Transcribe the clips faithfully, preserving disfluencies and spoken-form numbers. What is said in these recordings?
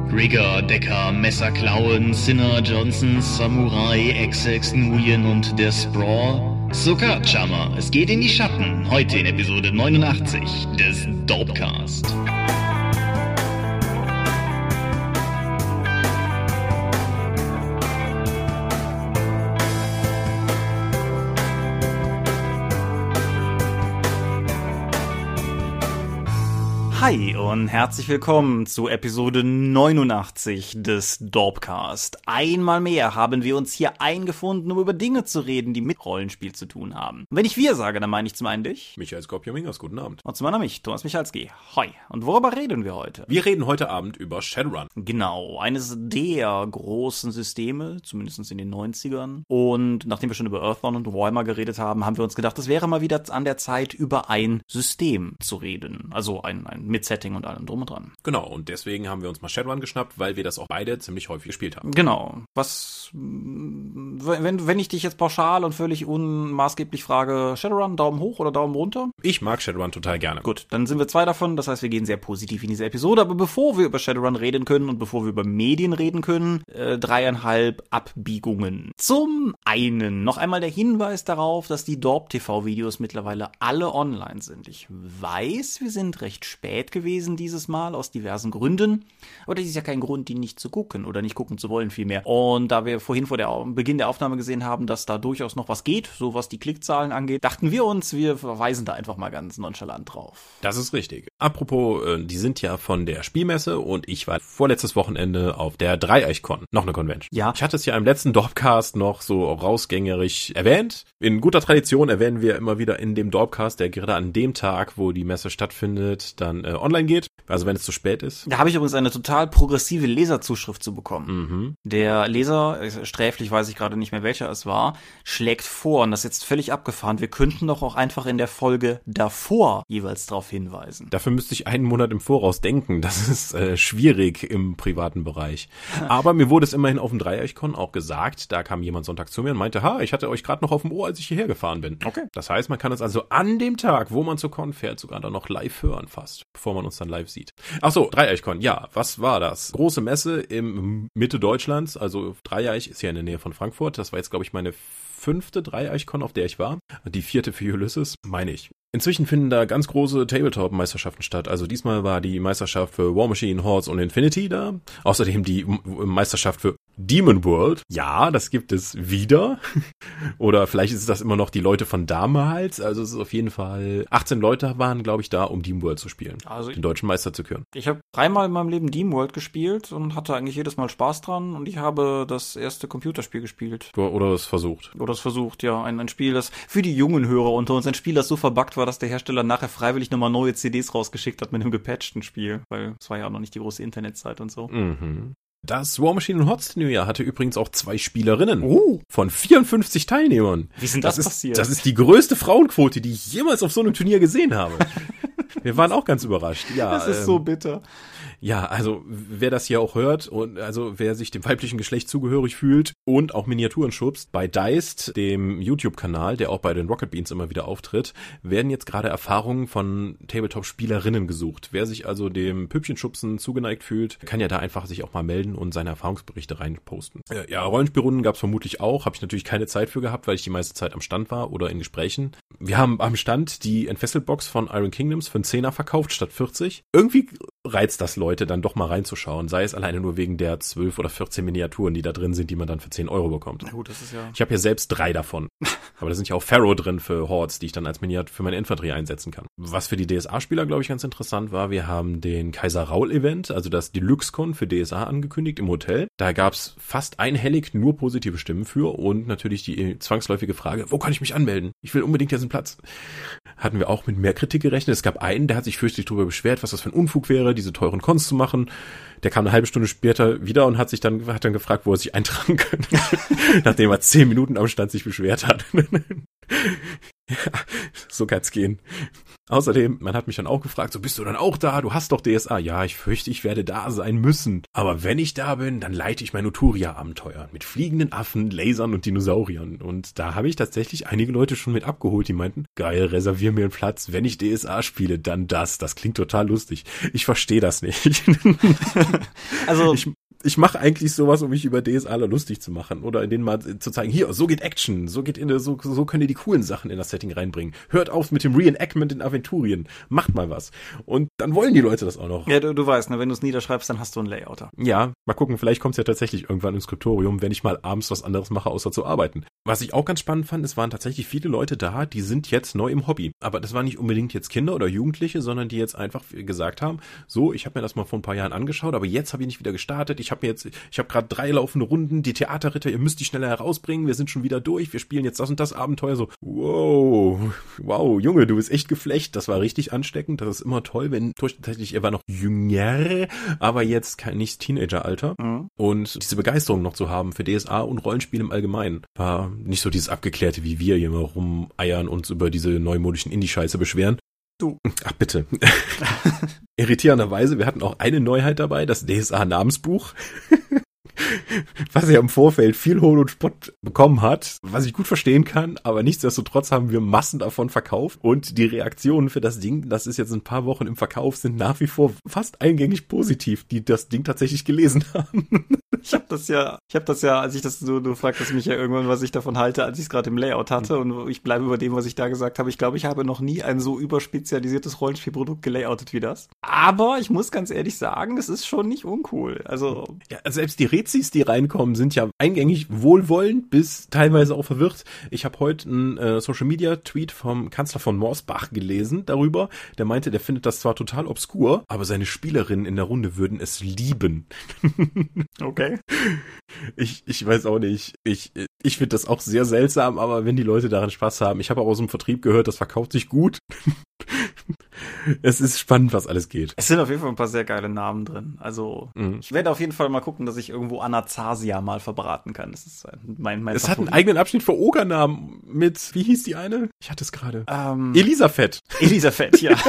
Rigger, Decker, Messerklauen, Sinner, Johnson, Samurai, Essex, Nguyen und der Sprawl. Sogar, Chama, es geht in die Schatten. Heute in Episode neunundachtzig des Dorpcast. Hi und herzlich willkommen zu Episode neunundachtzig des Dorpcast. Einmal mehr haben wir uns hier eingefunden, um über Dinge zu reden, die mit Rollenspiel zu tun haben. Und wenn ich wir sage, dann meine ich zum einen dich, Michael Skorpion-Mingers, guten Abend. Und zum anderen mich, Thomas Michalski. Hi. Und worüber reden wir heute? Wir reden heute Abend über Shadowrun. Genau, eines der großen Systeme, zumindest in den neunzigern. Und nachdem wir schon über Earthbound und Warhammer geredet haben, haben wir uns gedacht, es wäre mal wieder an der Zeit, über ein System zu reden. Also ein, ein mit Setting und allem drum und dran. Genau, und deswegen haben wir uns mal Shadowrun geschnappt, weil wir das auch beide ziemlich häufig gespielt haben. Genau. Was, wenn, wenn ich dich jetzt pauschal und völlig unmaßgeblich frage, Shadowrun, Daumen hoch oder Daumen runter? Ich mag Shadowrun total gerne. Gut, dann sind wir zwei davon, das heißt, wir gehen sehr positiv in diese Episode, aber bevor wir über Shadowrun reden können und bevor wir über Medien reden können, äh, dreieinhalb Abbiegungen. Zum einen noch einmal der Hinweis darauf, dass die Dorp-T V-Videos mittlerweile alle online sind. Ich weiß, wir sind recht spät gewesen dieses Mal, aus diversen Gründen. Aber das ist ja kein Grund, die nicht zu gucken oder nicht gucken zu wollen vielmehr. Und da wir vorhin vor der Beginn der Aufnahme gesehen haben, dass da durchaus noch was geht, so was die Klickzahlen angeht, dachten wir uns, wir verweisen da einfach mal ganz nonchalant drauf. Das ist richtig. Apropos, die sind ja von der Spielmesse und ich war vorletztes Wochenende auf der Dreieichkon, noch eine Convention. Ja. Ich hatte es ja im letzten Dorpcast noch so rausgängerisch erwähnt. In guter Tradition erwähnen wir immer wieder in dem Dorpcast, der gerade an dem Tag, wo die Messe stattfindet, dann äh, online geht, also wenn es zu spät ist. Da habe ich übrigens eine total progressive Leserzuschrift zu bekommen. Mhm. Der Leser, sträflich weiß ich gerade nicht mehr, welcher es war, schlägt vor, und das ist jetzt völlig abgefahren, wir könnten doch auch einfach in der Folge davor jeweils darauf hinweisen. Dafür müsste ich einen Monat im Voraus denken. Das ist äh, schwierig im privaten Bereich. Aber mir wurde es immerhin auf dem Dreieichkon auch gesagt, da kam jemand Sonntag zu mir und meinte, ha, ich hatte euch gerade noch auf dem Ohr, als ich hierher gefahren bin. Okay. Das heißt, man kann es also an dem Tag, wo man zur Con fährt, sogar dann noch live hören fast, bevor man uns dann live sieht. Ach so, Dreieichkon, ja, was war das? Große Messe im Mitte Deutschlands, also Dreieich ist ja in der Nähe von Frankfurt. Das war jetzt, glaube ich, meine fünfte Dreieichkon, auf der ich war. Die vierte für Ulysses, meine ich. Inzwischen finden da ganz große Tabletop-Meisterschaften statt. Also diesmal war die Meisterschaft für War Machine, Hordes und Infinity da. Außerdem die Meisterschaft für Demon World. Ja, das gibt es wieder. Oder vielleicht ist das immer noch die Leute von damals. Also es ist auf jeden Fall, achtzehn Leute waren, glaube ich, da, um Demon World zu spielen. Also den deutschen Meister zu küren. Ich habe dreimal in meinem Leben Demon World gespielt und hatte eigentlich jedes Mal Spaß dran. Und ich habe das erste Computerspiel gespielt. Oder es versucht. Oder es versucht, ja. Ein, ein Spiel, das für die jungen Hörer unter uns, ein Spiel, das so verbuggt war, dass der Hersteller nachher freiwillig nochmal neue C Ds rausgeschickt hat mit einem gepatchten Spiel. Weil es war ja auch noch nicht die große Internetzeit und so. Mhm. Das War Machine und Hordes New Year hatte übrigens auch zwei Spielerinnen. Oh. Von vierundfünfzig Teilnehmern. Wie sind das, das passiert? Ist, das ist die größte Frauenquote, die ich jemals auf so einem Turnier gesehen habe. Wir waren auch ganz überrascht. Ja, das ist ähm, so bitter. Ja, also wer das hier auch hört und also wer sich dem weiblichen Geschlecht zugehörig fühlt und auch Miniaturen schubst, bei Deist, dem YouTube-Kanal, der auch bei den Rocket Beans immer wieder auftritt, werden jetzt gerade Erfahrungen von Tabletop-Spielerinnen gesucht. Wer sich also dem Püppchenschubsen zugeneigt fühlt, kann ja da einfach sich auch mal melden und seine Erfahrungsberichte reinposten. Äh, ja, Rollenspielrunden gab's vermutlich auch, habe ich natürlich keine Zeit für gehabt, weil ich die meiste Zeit am Stand war oder in Gesprächen. Wir haben am Stand die Entfesselt-Box von Iron Kingdoms für einen Zehner verkauft statt vierzig. Irgendwie reizt das Leute, dann doch mal reinzuschauen, sei es alleine nur wegen der zwölf oder vierzehn Miniaturen, die da drin sind, die man dann für zehn Euro bekommt. Na gut, das ist ja... Ich habe ja selbst drei davon. Aber da sind ja auch Pharaoh drin für Hordes, die ich dann als Miniatur für meine Infanterie einsetzen kann. Was für die D S A-Spieler, glaube ich, ganz interessant war, wir haben den Kaiser Raul-Event, also das Deluxe-Con für D S A angekündigt im Hotel. Da gab's fast einhellig nur positive Stimmen für und natürlich die zwangsläufige Frage, wo kann ich mich anmelden? Ich will unbedingt jetzt einen Platz. Hatten wir auch mit mehr Kritik gerechnet. Es gab einen, der hat sich fürchterlich darüber beschwert, was das für ein Unfug wäre, diese teuren Cons zu machen. Der kam eine halbe Stunde später wieder und hat sich dann, hat dann gefragt, wo er sich eintragen könnte, nachdem er zehn Minuten am Stand sich beschwert hat. Ja, so kann's gehen. Außerdem, man hat mich dann auch gefragt, so bist du dann auch da? Du hast doch D S A. Ja, ich fürchte, ich werde da sein müssen. Aber wenn ich da bin, dann leite ich mein Uturia-Abenteuer mit fliegenden Affen, Lasern und Dinosauriern. Und da habe ich tatsächlich einige Leute schon mit abgeholt, die meinten, geil, reservier mir einen Platz. Wenn ich D S A spiele, dann das. Das klingt total lustig. Ich verstehe das nicht. Also ich Ich mache eigentlich sowas, um mich über D S A lustig zu machen oder in denen mal zu zeigen, hier, so geht Action, so geht in der, so, so könnt ihr die coolen Sachen in das Setting reinbringen. Hört auf mit dem Reenactment in Aventurien, macht mal was. Und dann wollen die Leute das auch noch. Ja, du, du weißt, ne, wenn du es niederschreibst, dann hast du einen Layouter. Ja, mal gucken, vielleicht kommt es ja tatsächlich irgendwann ins Skriptorium, wenn ich mal abends was anderes mache, außer zu arbeiten. Was ich auch ganz spannend fand, es waren tatsächlich viele Leute da, die sind jetzt neu im Hobby. Aber das waren nicht unbedingt jetzt Kinder oder Jugendliche, sondern die jetzt einfach gesagt haben, so, ich habe mir das mal vor ein paar Jahren angeschaut, aber jetzt habe ich nicht wieder gestartet. Ich habe mir jetzt, ich habe gerade drei laufende Runden, die Theaterritter, ihr müsst die schneller herausbringen, wir sind schon wieder durch, wir spielen jetzt das und das Abenteuer. So, wow, wow, Junge, du bist echt geflecht. Das war richtig ansteckend. Das ist immer toll, wenn tatsächlich, er war noch jünger, aber jetzt kein nicht Teenageralter. Mhm. Und diese Begeisterung noch zu haben für D S A und Rollenspiel im Allgemeinen war nicht so dieses Abgeklärte, wie wir hier immer rumeiern und uns über diese neumodischen Indie-Scheiße beschweren. Du. Ach, bitte. Irritierenderweise, wir hatten auch eine Neuheit dabei, das D S A-Namensbuch. Was ja im Vorfeld viel Hohn und Spott bekommen hat, was ich gut verstehen kann, aber nichtsdestotrotz haben wir Massen davon verkauft und die Reaktionen für das Ding, das ist jetzt ein paar Wochen im Verkauf, sind nach wie vor fast eingängig positiv, die das Ding tatsächlich gelesen haben. Ich habe das ja, ich habe das ja, als ich das, du, du fragtest mich ja irgendwann, was ich davon halte, als ich es gerade im Layout hatte und ich bleibe über dem, was ich da gesagt habe. Ich glaube, ich habe noch nie ein so überspezialisiertes Rollenspielprodukt gelayoutet wie das. Aber ich muss ganz ehrlich sagen, das ist schon nicht uncool. Also ja, selbst die Rezis, die reinkommen, sind ja eingängig wohlwollend bis teilweise auch verwirrt. Ich habe heute einen äh, Social-Media-Tweet vom Kanzler von Morsbach gelesen darüber. Der meinte, der findet das zwar total obskur, aber seine Spielerinnen in der Runde würden es lieben. Okay. Ich, ich weiß auch nicht. Ich, ich finde das auch sehr seltsam, aber wenn die Leute daran Spaß haben, ich habe auch aus dem Vertrieb gehört, das verkauft sich gut. Es ist spannend, was alles geht. Es sind auf jeden Fall ein paar sehr geile Namen drin. Also, mhm. Ich werde auf jeden Fall mal gucken, dass ich irgendwo Anastasia mal verbraten kann. Das ist mein, mein Es Favorit. Hat einen eigenen Abschnitt für Ogernamen mit, wie hieß die eine? Ich hatte es gerade. Ähm, Elisabeth. Elisabeth, ja.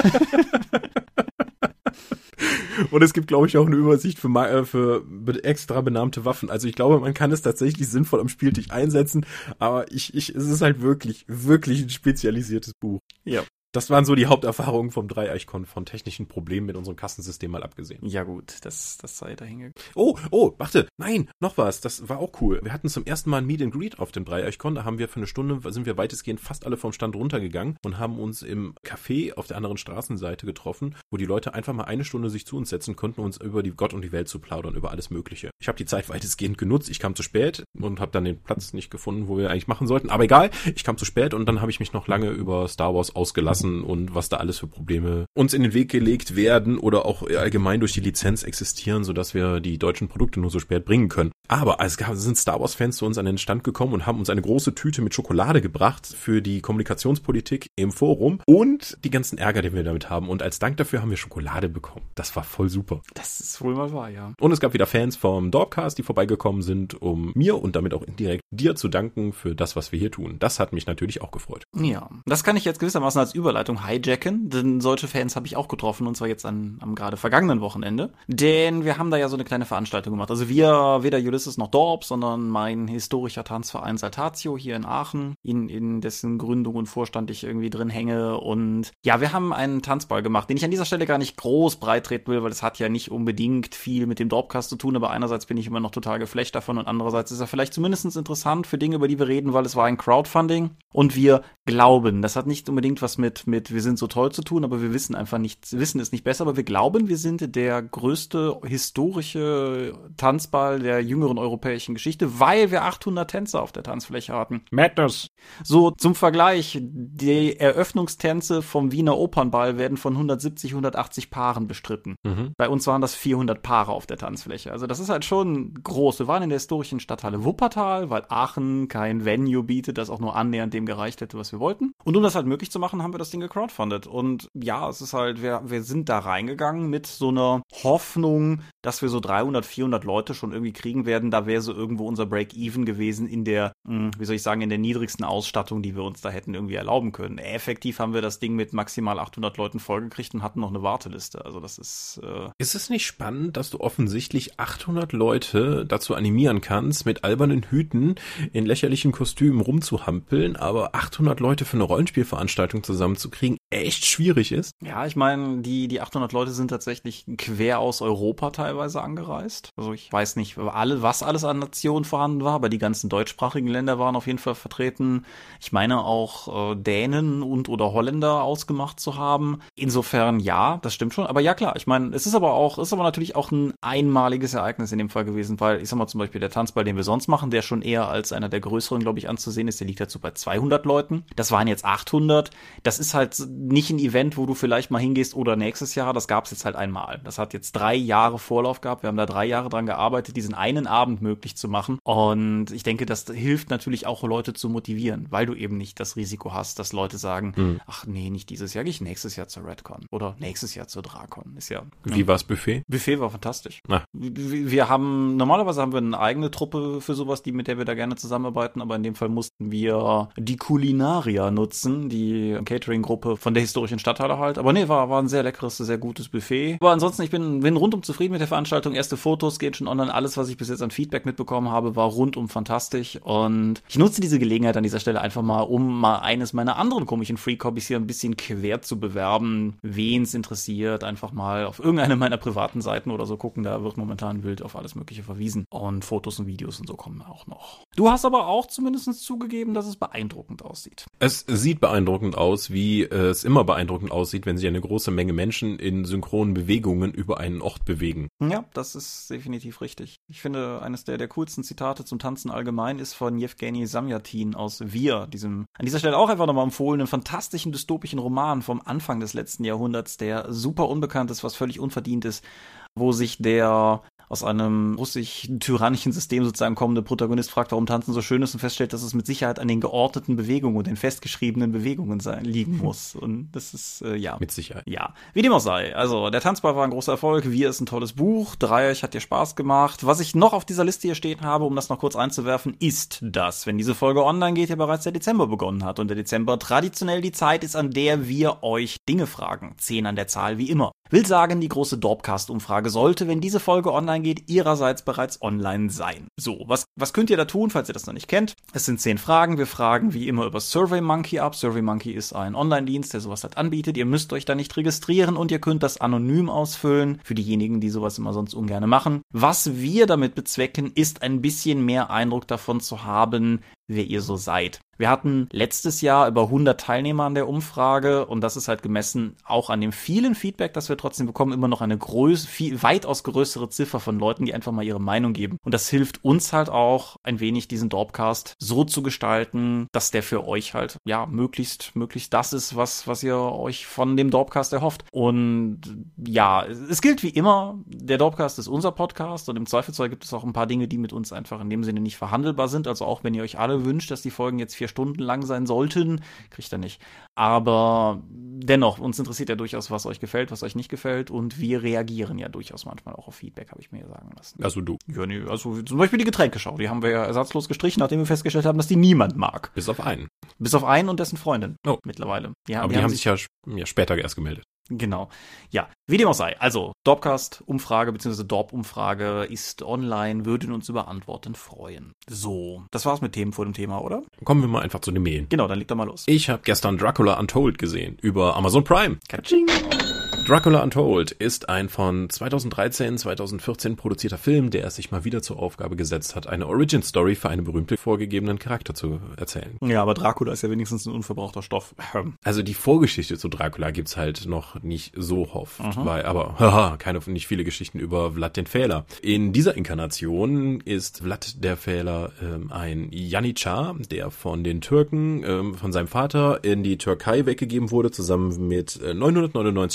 Und es gibt, glaube ich, auch eine Übersicht für, äh, für extra benannte Waffen. Also ich glaube, man kann es tatsächlich sinnvoll am Spieltisch einsetzen, aber ich, ich, es ist halt wirklich, wirklich ein spezialisiertes Buch. Ja. Das waren so die Haupterfahrungen vom Dreieichkon, von technischen Problemen mit unserem Kassensystem mal abgesehen. Ja gut, das, das sei dahingegangen. Oh, oh, warte, nein, noch was, das war auch cool. Wir hatten zum ersten Mal ein Meet and Greet auf dem Dreieichkon, da haben wir für eine Stunde, sind wir weitestgehend fast alle vom Stand runtergegangen und haben uns im Café auf der anderen Straßenseite getroffen, wo die Leute einfach mal eine Stunde sich zu uns setzen konnten, uns über die Gott und die Welt zu plaudern, über alles Mögliche. Ich habe die Zeit weitestgehend genutzt, ich kam zu spät und habe dann den Platz nicht gefunden, wo wir eigentlich machen sollten, aber egal, ich kam zu spät und dann habe ich mich noch lange über Star Wars ausgelassen und was da alles für Probleme uns in den Weg gelegt werden oder auch allgemein durch die Lizenz existieren, sodass wir die deutschen Produkte nur so spät bringen können. Aber es sind Star Wars-Fans zu uns an den Stand gekommen und haben uns eine große Tüte mit Schokolade gebracht für die Kommunikationspolitik im Forum und die ganzen Ärger, den wir damit haben. Und als Dank dafür haben wir Schokolade bekommen. Das war voll super. Das ist wohl mal wahr, ja. Und es gab wieder Fans vom Dorpcast, die vorbeigekommen sind, um mir und damit auch indirekt dir zu danken für das, was wir hier tun. Das hat mich natürlich auch gefreut. Ja, das kann ich jetzt gewissermaßen als Überleitung hijacken, denn solche Fans habe ich auch getroffen und zwar jetzt an, am gerade vergangenen Wochenende. Denn wir haben da ja so eine kleine Veranstaltung gemacht. Also wir, weder Ulysses noch Dorp, sondern mein historischer Tanzverein Saltatio hier in Aachen, in, in dessen Gründung und Vorstand ich irgendwie drin hänge. Und ja, wir haben einen Tanzball gemacht, den ich an dieser Stelle gar nicht groß breit treten will, weil es hat ja nicht unbedingt viel mit dem Dorpcast zu tun, aber einerseits bin ich immer noch total geflasht davon und andererseits ist er vielleicht zumindest interessant für Dinge, über die wir reden, weil es war ein Crowdfunding und wir glauben, das hat nicht unbedingt was mit, mit wir sind so toll zu tun, aber wir wissen einfach nicht, wissen es nicht besser, aber wir glauben, wir sind der größte historische Tanzball der jüngeren europäischen Geschichte, weil wir achthundert Tänzer auf der Tanzfläche hatten. Madness! So, zum Vergleich, die Eröffnungstänze vom Wiener Opernball werden von hundertsiebzig, hundertachtzig Paaren bestritten. Mhm. Bei uns waren das vierhundert Paare auf der Tanzfläche. Also das ist halt schon groß. Wir waren in der historischen Stadthalle Wuppertal, weil Aachen kein Venue bietet, das auch nur annähernd dem gereicht hätte, was wir wollten. Und um das halt möglich zu machen, haben wir das Ding gecrowdfundet. Und ja, es ist halt, wir, wir sind da reingegangen mit so einer Hoffnung, dass wir so dreihundert, vierhundert Leute schon irgendwie kriegen werden. Da wäre so irgendwo unser Break-Even gewesen in der, wie soll ich sagen, in der niedrigsten Ausstattung, die wir uns da hätten irgendwie erlauben können. Effektiv haben wir das Ding mit maximal achthundert Leuten vollgekriegt und hatten noch eine Warteliste. Also das ist... Äh ist es nicht spannend, dass du offensichtlich achthundert Leute dazu animieren kannst, mit albernen Hüten in lächerlichen Kostümen rumzuhampeln, aber achthundert Leute für eine Rollenspielveranstaltung zusammenzukriegen echt schwierig ist? Ja, ich meine, die, die achthundert Leute sind tatsächlich quer aus Europa teilweise angereist. Also ich weiß nicht, alle, was alles an Nationen vorhanden war, aber die ganzen deutschsprachigen Länder waren auf jeden Fall vertreten. Ich meine auch äh, Dänen und oder Holländer ausgemacht zu haben. Insofern ja, das stimmt schon. Aber ja klar, ich meine, es ist aber auch, ist aber natürlich auch ein einmaliges Ereignis in dem Fall gewesen, weil ich sag mal zum Beispiel der Tanzball, den wir sonst machen, der schon eher als einer der größeren, glaube ich, anzusehen ist, der liegt dazu bei zweihundert Leuten. Das waren jetzt achthundert. Das ist halt nicht ein Event, wo du vielleicht mal hingehst oder nächstes Jahr. Das gab es jetzt halt einmal. Das hat jetzt drei Jahre Vorlauf gehabt. Wir haben da drei Jahre dran gearbeitet, diesen einen Abend möglich zu machen. Und ich denke, das hilft natürlich auch, Leute zu motivieren, weil du eben nicht das Risiko hast, dass Leute sagen, hm. ach nee, nicht dieses Jahr, gehe ich nächstes Jahr zur Redcon oder nächstes Jahr zur Drakon. Ist ja. Wie ja. war's Buffet? Buffet war fantastisch. Ah. Wir, wir haben, normalerweise haben wir eine eigene Truppe für sowas, die, mit der wir da gerne zusammenarbeiten, aber in dem Fall mussten wir die Kulinaria nutzen, die Catering-Gruppe von der historischen Stadthalle halt. Aber nee, war, war ein sehr leckeres, sehr gutes Buffet. Aber ansonsten, ich bin, bin rundum zufrieden mit der Veranstaltung. Erste Fotos gehen schon online. Alles, was ich bis jetzt an Feedback mitbekommen habe, war rundum fantastisch. Und ich nutze diese Gelegenheit an dieser Stelle einfach mal, um mal eines meiner anderen komischen Freak-Hobbys hier ein bisschen quer zu bewerben. Wen es interessiert, einfach mal auf irgendeine meiner privaten Seiten oder so gucken. Da wird momentan wild auf alles Mögliche verwiesen. Und Fotos und Videos und so kommen auch noch. Du hast aber auch zumindest zugegeben, dass es beeindruckend aussieht. Es sieht beeindruckend aus, wie es immer beeindruckend aussieht, wenn sich eine große Menge Menschen in synchronen Bewegungen über einen Ort bewegen. Ja, das ist definitiv richtig. Ich finde, eines der, der coolsten Zitate zum Tanzen allgemein ist von Jewgeni Samjatin aus Wir, diesem an dieser Stelle auch einfach nochmal empfohlenen, fantastischen, dystopischen Roman vom Anfang des letzten Jahrhunderts, der super unbekannt ist, was völlig unverdient ist, wo sich der aus einem russisch-tyrannischen System sozusagen kommende Protagonist fragt, warum Tanzen so schön ist und feststellt, dass es mit Sicherheit an den geordneten Bewegungen und den festgeschriebenen Bewegungen sein, liegen muss. Und das ist, äh, ja. Mit Sicherheit. Ja. Wie dem auch sei. Also, der Tanzball war ein großer Erfolg. Wir ist ein tolles Buch. Dreieich hat dir Spaß gemacht. Was ich noch auf dieser Liste hier stehen habe, um das noch kurz einzuwerfen, ist, dass, wenn diese Folge online geht, ja bereits der Dezember begonnen hat. Und der Dezember traditionell die Zeit ist, an der wir euch Dinge fragen. Zehn an der Zahl, wie immer. Will sagen, die große Dorpcast-Umfrage sollte, wenn diese Folge online geht, ihrerseits bereits online sein. So, was, was könnt ihr da tun, falls ihr das noch nicht kennt? Es sind zehn Fragen. Wir fragen wie immer über SurveyMonkey ab. SurveyMonkey ist ein Online-Dienst, der sowas halt anbietet. Ihr müsst euch da nicht registrieren und ihr könnt das anonym ausfüllen. Für diejenigen, die sowas immer sonst ungern machen. Was wir damit bezwecken, ist ein bisschen mehr Eindruck davon zu haben, wer ihr so seid. Wir hatten letztes Jahr über hundert Teilnehmer an der Umfrage und das ist halt gemessen auch an dem vielen Feedback, das wir trotzdem bekommen, immer noch eine größ- viel, weitaus größere Ziffer von Leuten, die einfach mal ihre Meinung geben. Und das hilft uns halt auch ein wenig, diesen Dorpcast so zu gestalten, dass der für euch halt, ja, möglichst, möglichst das ist, was, was ihr euch von dem Dorpcast erhofft. Und ja, es gilt wie immer, der Dorpcast ist unser Podcast und im Zweifelsfall gibt es auch ein paar Dinge, die mit uns einfach in dem Sinne nicht verhandelbar sind. Also auch wenn ihr euch alle wünscht, dass die Folgen jetzt vier Stunden lang sein sollten, kriegt er nicht. Aber dennoch, uns interessiert ja durchaus, was euch gefällt, was euch nicht gefällt und wir reagieren ja durchaus manchmal auch auf Feedback, habe ich mir sagen lassen. Also du? Ja, nee, also zum Beispiel die Getränkeschau, die haben wir ja ersatzlos gestrichen, nachdem wir festgestellt haben, dass die niemand mag. Bis auf einen. Bis auf einen und dessen Freundin. Oh. Mittlerweile. Ja, aber die, die haben sich ja, ja später erst gemeldet. Genau. Ja, wie dem auch sei. Also, Dorpcast-Umfrage bzw. Dorp-Umfrage ist online, würden uns über Antworten freuen. So, das war's mit Themen vor dem Thema, oder? Kommen wir mal einfach zu den Mailen. Genau, dann leg da mal los. Ich habe gestern Dracula Untold gesehen über Amazon Prime. Katsching! Dracula Untold ist ein von zweitausenddreizehn, zweitausendvierzehn produzierter Film, der es sich mal wieder zur Aufgabe gesetzt hat, eine Origin-Story für einen berühmten vorgegebenen Charakter zu erzählen. Ja, aber Dracula ist ja wenigstens ein unverbrauchter Stoff. Also die Vorgeschichte zu Dracula gibt's halt noch nicht so oft, mhm. weil, aber haha, keine, nicht viele Geschichten über Vlad den Fähler. In dieser Inkarnation ist Vlad der Fähler ähm, ein Janitschar, der von den Türken, ähm, von seinem Vater in die Türkei weggegeben wurde, zusammen mit äh, neunhundertneunundneunzig anderen Kindern,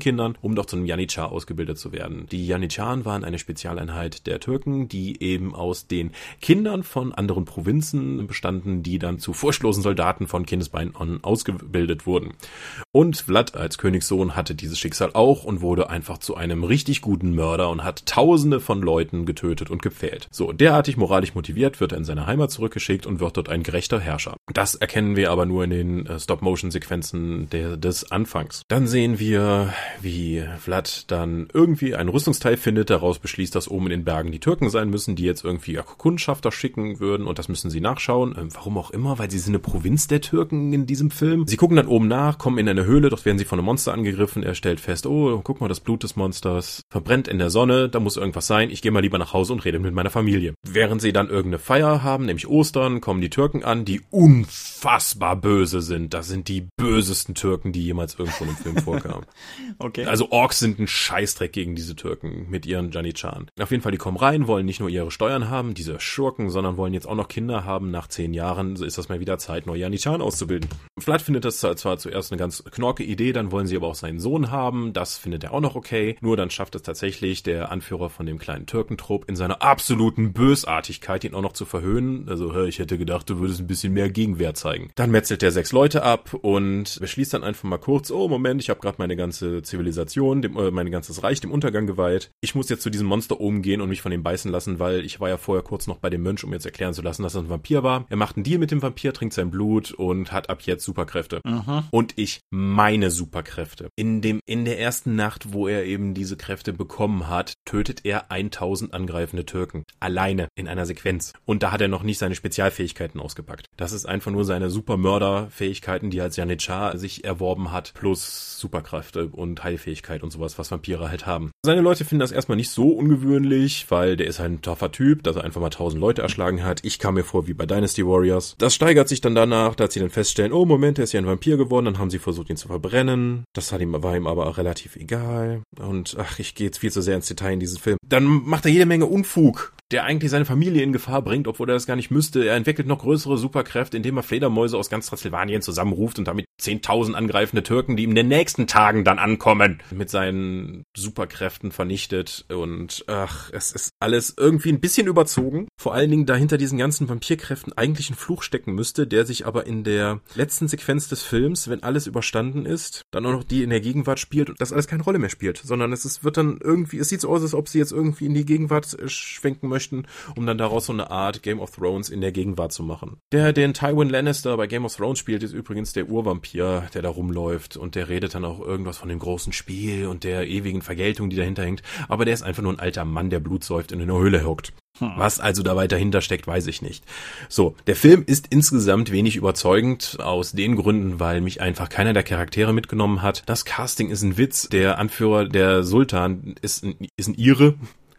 Kindern, um doch zu einem Janitschar ausgebildet zu werden. Die Janitscharen waren eine Spezialeinheit der Türken, die eben aus den Kindern von anderen Provinzen bestanden, die dann zu furchtlosen Soldaten von Kindesbeinen an ausgebildet wurden. Und Vlad als Königssohn hatte dieses Schicksal auch und wurde einfach zu einem richtig guten Mörder und hat tausende von Leuten getötet und gepfählt. So, derartig moralisch motiviert wird er in seine Heimat zurückgeschickt und wird dort ein gerechter Herrscher. Das erkennen wir aber nur in den äh, Stop-Motion-Sequenzen der, des Anfangs. Dann sehen wir, wie Vlad dann irgendwie ein Rüstungsteil findet, daraus beschließt, dass oben in den Bergen die Türken sein müssen, die jetzt irgendwie ja, Kundschafter schicken würden und das müssen sie nachschauen. Ähm, warum auch immer, weil sie sind eine Provinz der Türken in diesem Film. Sie gucken dann oben nach, kommen in eine Höhle, dort werden sie von einem Monster angegriffen. Er stellt fest, oh, guck mal, das Blut des Monsters verbrennt in der Sonne, da muss irgendwas sein. Ich gehe mal lieber nach Hause und rede mit meiner Familie. Während sie dann irgendeine Feier haben, nämlich Ostern, kommen die Türken an, die unfassbar böse sind. Das sind die bösesten Türken, die jemals irgendwo im Film vorkamen. Okay. Also Orks sind ein Scheißdreck gegen diese Türken mit ihren Janitscharen. Auf jeden Fall, die kommen rein, wollen nicht nur ihre Steuern haben, diese Schurken, sondern wollen jetzt auch noch Kinder haben. Nach zehn Jahren ist das mal wieder Zeit, neue Janitscharen auszubilden. Vlad findet das zwar zuerst eine ganz knorke Idee, dann wollen sie aber auch seinen Sohn haben. Das findet er auch noch okay. Nur dann schafft es tatsächlich der Anführer von dem kleinen Türkentrupp in seiner absoluten Bösartigkeit, ihn auch noch zu verhöhnen. Also, ich hätte gedacht, du würdest ein bisschen mehr Gegenwehr zeigen. Dann metzelt er sechs Leute ab und beschließt dann einfach mal kurz, oh Moment, ich habe gerade meine ganze Zivilisation, dem, äh, mein ganzes Reich dem Untergang geweiht. Ich muss jetzt zu diesem Monster oben gehen und mich von ihm beißen lassen, weil ich war ja vorher kurz noch bei dem Mönch, um jetzt erklären zu lassen, dass er ein Vampir war. Er macht einen Deal mit dem Vampir, trinkt sein Blut und hat ab jetzt Superkräfte. Mhm. Und ich meine Superkräfte. In dem, in der ersten Nacht, wo er eben diese Kräfte bekommen hat, tötet er tausend angreifende Türken. Alleine in einer Sequenz. Und da hat er noch nicht seine Spezialfähigkeiten ausgepackt. Das ist einfach nur seine Supermörderfähigkeiten, die er als Janitschar sich erworben hat, plus Superkräfte und Heilfähigkeit und sowas, was Vampire halt haben. Seine Leute finden das erstmal nicht so ungewöhnlich, weil der ist halt ein toffer Typ, dass er einfach mal tausend Leute erschlagen hat. Ich kam mir vor wie bei Dynasty Warriors. Das steigert sich dann danach, dass sie dann feststellen, oh Moment, der ist ja ein Vampir geworden, dann haben sie versucht, ihn zu verbrennen. Das hat ihm, war ihm aber auch relativ egal. Und ach, ich gehe jetzt viel zu sehr ins Detail in diesen Film. Dann macht er jede Menge Unfug, der eigentlich seine Familie in Gefahr bringt, obwohl er das gar nicht müsste. Er entwickelt noch größere Superkräfte, indem er Fledermäuse aus ganz Transsilvanien zusammenruft und damit zehntausend angreifende Türken, die ihm in den nächsten Tagen dann ankommen, mit seinen Superkräften vernichtet. Und ach, es ist alles irgendwie ein bisschen überzogen. Vor allen Dingen, da hinter diesen ganzen Vampirkräften eigentlich ein Fluch stecken müsste, der sich aber in der letzten Sequenz des Films, wenn alles überstanden ist, dann auch noch die in der Gegenwart spielt und das alles keine Rolle mehr spielt, sondern es ist, wird dann irgendwie, es sieht so aus, als ob sie jetzt irgendwie in die Gegenwart schwenken möchten, um dann daraus so eine Art Game of Thrones in der Gegenwart zu machen. Der, den Tywin Lannister bei Game of Thrones spielt, ist übrigens der Urvampir, der da rumläuft und der redet dann auch irgendwas von dem großen Spiel und der ewigen Vergeltung, die dahinter hängt, aber der ist einfach nur ein alter Mann, der Blut säuft und in einer Höhle hockt. Hm. Was also da weiter hinter steckt, weiß ich nicht. So, der Film ist insgesamt wenig überzeugend, aus den Gründen, weil mich einfach keiner der Charaktere mitgenommen hat. Das Casting ist ein Witz, der Anführer, der Sultan, ist ein, ist ein Ire.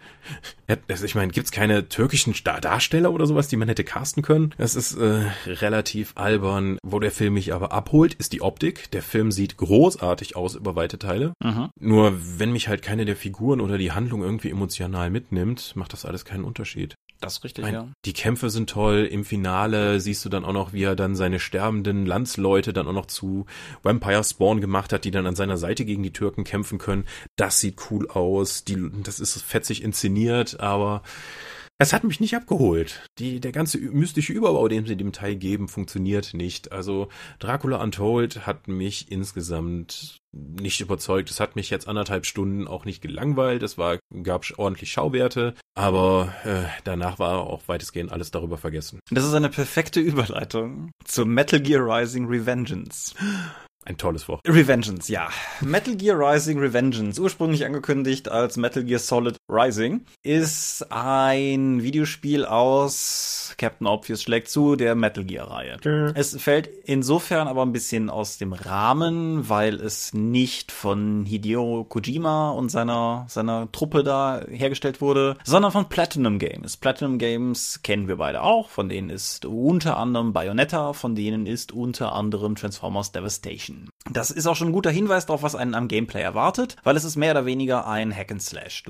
Ich meine, gibt's keine türkischen Darsteller oder sowas, die man hätte casten können? Das ist äh, relativ albern. Wo der Film mich aber abholt, ist die Optik. Der Film sieht großartig aus über weite Teile. Mhm. Nur wenn mich halt keine der Figuren oder die Handlung irgendwie emotional mitnimmt, macht das alles keinen Unterschied. Das ist richtig, mein, ja. Die Kämpfe sind toll. Im Finale siehst du dann auch noch, wie er dann seine sterbenden Landsleute dann auch noch zu Vampire Spawn gemacht hat, die dann an seiner Seite gegen die Türken kämpfen können. Das sieht cool aus. Die, das ist fetzig inszeniert, aber es hat mich nicht abgeholt. Die, der ganze mystische Überbau, den sie dem Teil geben, funktioniert nicht. Also Dracula Untold hat mich insgesamt nicht überzeugt. Es hat mich jetzt anderthalb Stunden auch nicht gelangweilt. Es war, gab ordentlich Schauwerte, aber äh, danach war auch weitestgehend alles darüber vergessen. Das ist eine perfekte Überleitung zu Metal Gear Rising Revengeance. Ein tolles Wort. Revengeance, ja. Metal Gear Rising Revengeance, ursprünglich angekündigt als Metal Gear Solid Rising, ist ein Videospiel aus Captain Obvious schlägt zu, der Metal Gear-Reihe. Okay. Es fällt insofern aber ein bisschen aus dem Rahmen, weil es nicht von Hideo Kojima und seiner, seiner Truppe da hergestellt wurde, sondern von Platinum Games. Platinum Games kennen wir beide auch, von denen ist unter anderem Bayonetta, von denen ist unter anderem Transformers Devastation. Das ist auch schon ein guter Hinweis darauf, was einen am Gameplay erwartet, weil es ist mehr oder weniger ein Hack and Slash. Du rennst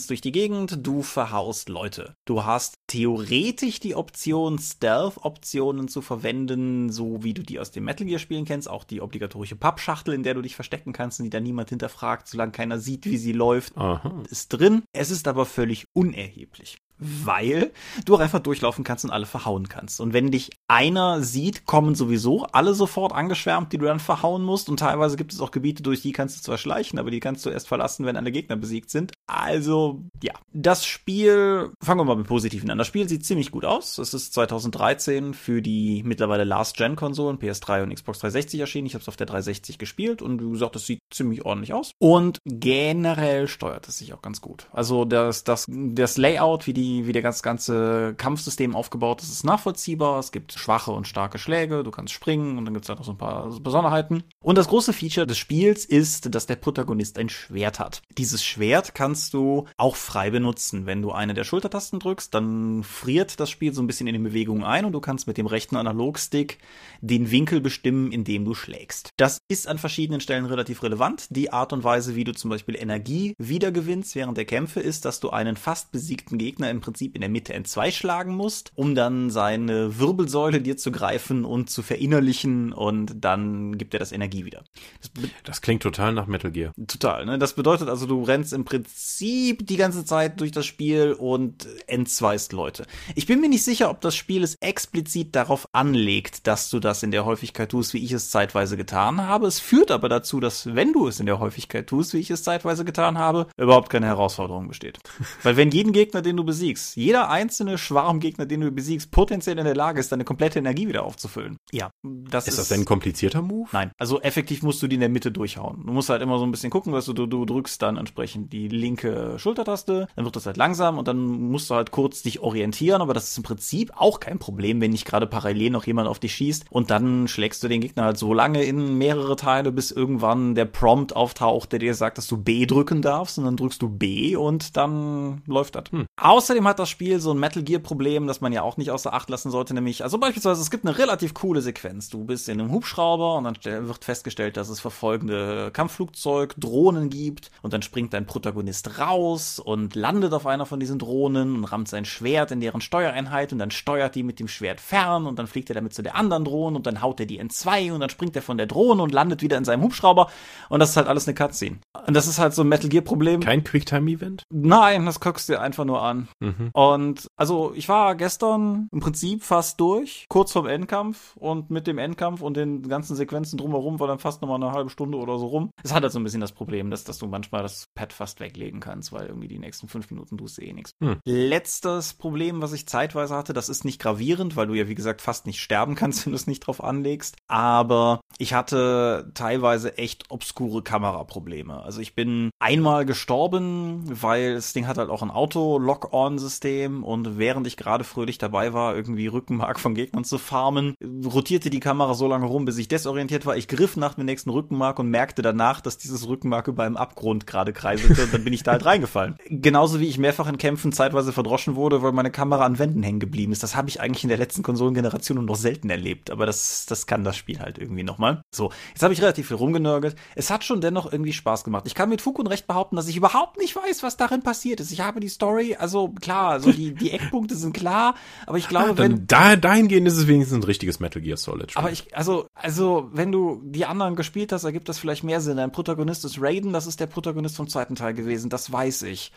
rennst durch die Gegend, du verhaust Leute. Du hast theoretisch die Option, Stealth-Optionen zu verwenden, so wie du die aus den Metal Gear-Spielen kennst, auch die obligatorische Pappschachtel, in der du dich verstecken kannst und die da niemand hinterfragt, solange keiner sieht, wie sie läuft, Aha. ist drin. Es ist aber völlig unerheblich. Weil du auch einfach durchlaufen kannst und alle verhauen kannst. Und wenn dich einer sieht, kommen sowieso alle sofort angeschwärmt, die du dann verhauen musst. Und teilweise gibt es auch Gebiete, durch die kannst du zwar schleichen, aber die kannst du erst verlassen, wenn alle Gegner besiegt sind. Also, ja. Das Spiel, fangen wir mal mit Positiven an. Das Spiel sieht ziemlich gut aus. Es ist zwanzig dreizehn für die mittlerweile Last-Gen-Konsolen, P S drei und Xbox dreihundertsechzig erschienen. Ich habe es auf der dreihundertsechzig gespielt und wie gesagt, es sieht ziemlich ordentlich aus. Und generell steuert es sich auch ganz gut. Also das, das, das Layout, wie die wie der ganze, ganze Kampfsystem aufgebaut ist, ist nachvollziehbar. Es gibt schwache und starke Schläge, du kannst springen und dann gibt es halt noch so ein paar Besonderheiten. Und das große Feature des Spiels ist, dass der Protagonist ein Schwert hat. Dieses Schwert kannst du auch frei benutzen. Wenn du eine der Schultertasten drückst, dann friert das Spiel so ein bisschen in die Bewegung ein und du kannst mit dem rechten Analogstick den Winkel bestimmen, in dem du schlägst. Das ist an verschiedenen Stellen relativ relevant. Die Art und Weise, wie du zum Beispiel Energie wiedergewinnst während der Kämpfe, ist, dass du einen fast besiegten Gegner im Prinzip in der Mitte entzwei schlagen musst, um dann seine Wirbelsäule dir zu greifen und zu verinnerlichen und dann gibt er das Energie wieder. Das, be- das klingt total nach Metal Gear. Total, ne? Das bedeutet also, du rennst im Prinzip die ganze Zeit durch das Spiel und entzweist Leute. Ich bin mir nicht sicher, ob das Spiel es explizit darauf anlegt, dass du das in der Häufigkeit tust, wie ich es zeitweise getan habe. Es führt aber dazu, dass, wenn du es in der Häufigkeit tust, wie ich es zeitweise getan habe, überhaupt keine Herausforderung besteht. Weil wenn jeden Gegner, den du besiegst, jeder einzelne Schwarmgegner, den du besiegst, potenziell in der Lage ist, deine komplette Energie wieder aufzufüllen. Ja, das ist... Ist das denn ein komplizierter Move? Nein, also effektiv musst du die in der Mitte durchhauen. Du musst halt immer so ein bisschen gucken, weißt du, du, du drückst dann entsprechend die linke Schultertaste, dann wird das halt langsam und dann musst du halt kurz dich orientieren, aber das ist im Prinzip auch kein Problem, wenn nicht gerade parallel noch jemand auf dich schießt und dann schlägst du den Gegner halt so lange in mehrere Teile, bis irgendwann der Prompt auftaucht, der dir sagt, dass du B drücken darfst und dann drückst du B und dann läuft das. Hm. Außerdem hat das Spiel so ein Metal Gear Problem, das man ja auch nicht außer Acht lassen sollte, nämlich, also beispielsweise, es gibt eine relativ coole Sequenz. Du bist in einem Hubschrauber und dann wird festgestellt, dass es verfolgende Kampfflugzeug-Drohnen gibt und dann springt dein Protagonist raus und landet auf einer von diesen Drohnen und rammt sein Schwert in deren Steuereinheit und dann steuert die mit dem Schwert fern und dann fliegt er damit zu der anderen Drohne und dann haut er die entzwei und dann springt er von der Drohne und landet wieder in seinem Hubschrauber und das ist halt alles eine Cutscene. Und das ist halt so ein Metal Gear Problem. Kein Quicktime-Event? Nein, das guckst du dir einfach nur an. Mhm. Und also ich war gestern im Prinzip fast durch, kurz vorm Endkampf und mit dem Endkampf und den ganzen Sequenzen drumherum war dann fast nochmal eine halbe Stunde oder so rum. Es hat halt so ein bisschen das Problem, dass, dass du manchmal das Pad fast weglegen kannst, weil irgendwie die nächsten fünf Minuten tust du eh nichts. Hm. Letztes Problem, was ich zeitweise hatte, das ist nicht gravierend, weil du ja wie gesagt fast nicht sterben kannst, wenn du es nicht drauf anlegst, aber ich hatte teilweise echt obskure Kameraprobleme. Also ich bin einmal gestorben, weil das Ding hat halt auch ein Auto-Lock-On-System und während ich gerade fröhlich dabei war, irgendwie Rückenmark von Gegnern zu farmen, rotierte die Kamera so lange rum, bis ich desorientiert war. Ich griff nach dem nächsten Rückenmark und merkte danach, dass dieses Rückenmark über einem Abgrund gerade kreiselte und dann bin ich da halt reingefallen. Genauso wie ich mehrfach in Kämpfen zeitweise verdroschen wurde, weil meine Kamera an Wänden hängen geblieben ist. Das habe ich eigentlich in der letzten Konsolengeneration noch selten erlebt, aber das, das kann das Spiel halt irgendwie nochmal. So, jetzt habe ich relativ viel rumgenörgelt. Es hat schon dennoch irgendwie Spaß gemacht. Ich kann mit Fug und Recht behaupten, dass ich überhaupt nicht weiß, was darin passiert ist. Ich habe die Story, also klar, also die, die Eckpunkte sind klar, aber ich glaube, ah, wenn... Da, dahingehend ist es wenigstens ein richtiges Metal Gear Solid Spiel. Aber ich, also, also, wenn du die anderen gespielt hast, ergibt das vielleicht mehr Sinn. Dein Protagonist ist Raiden, das ist der Protagonist vom zweiten Teil gewesen, das weiß ich.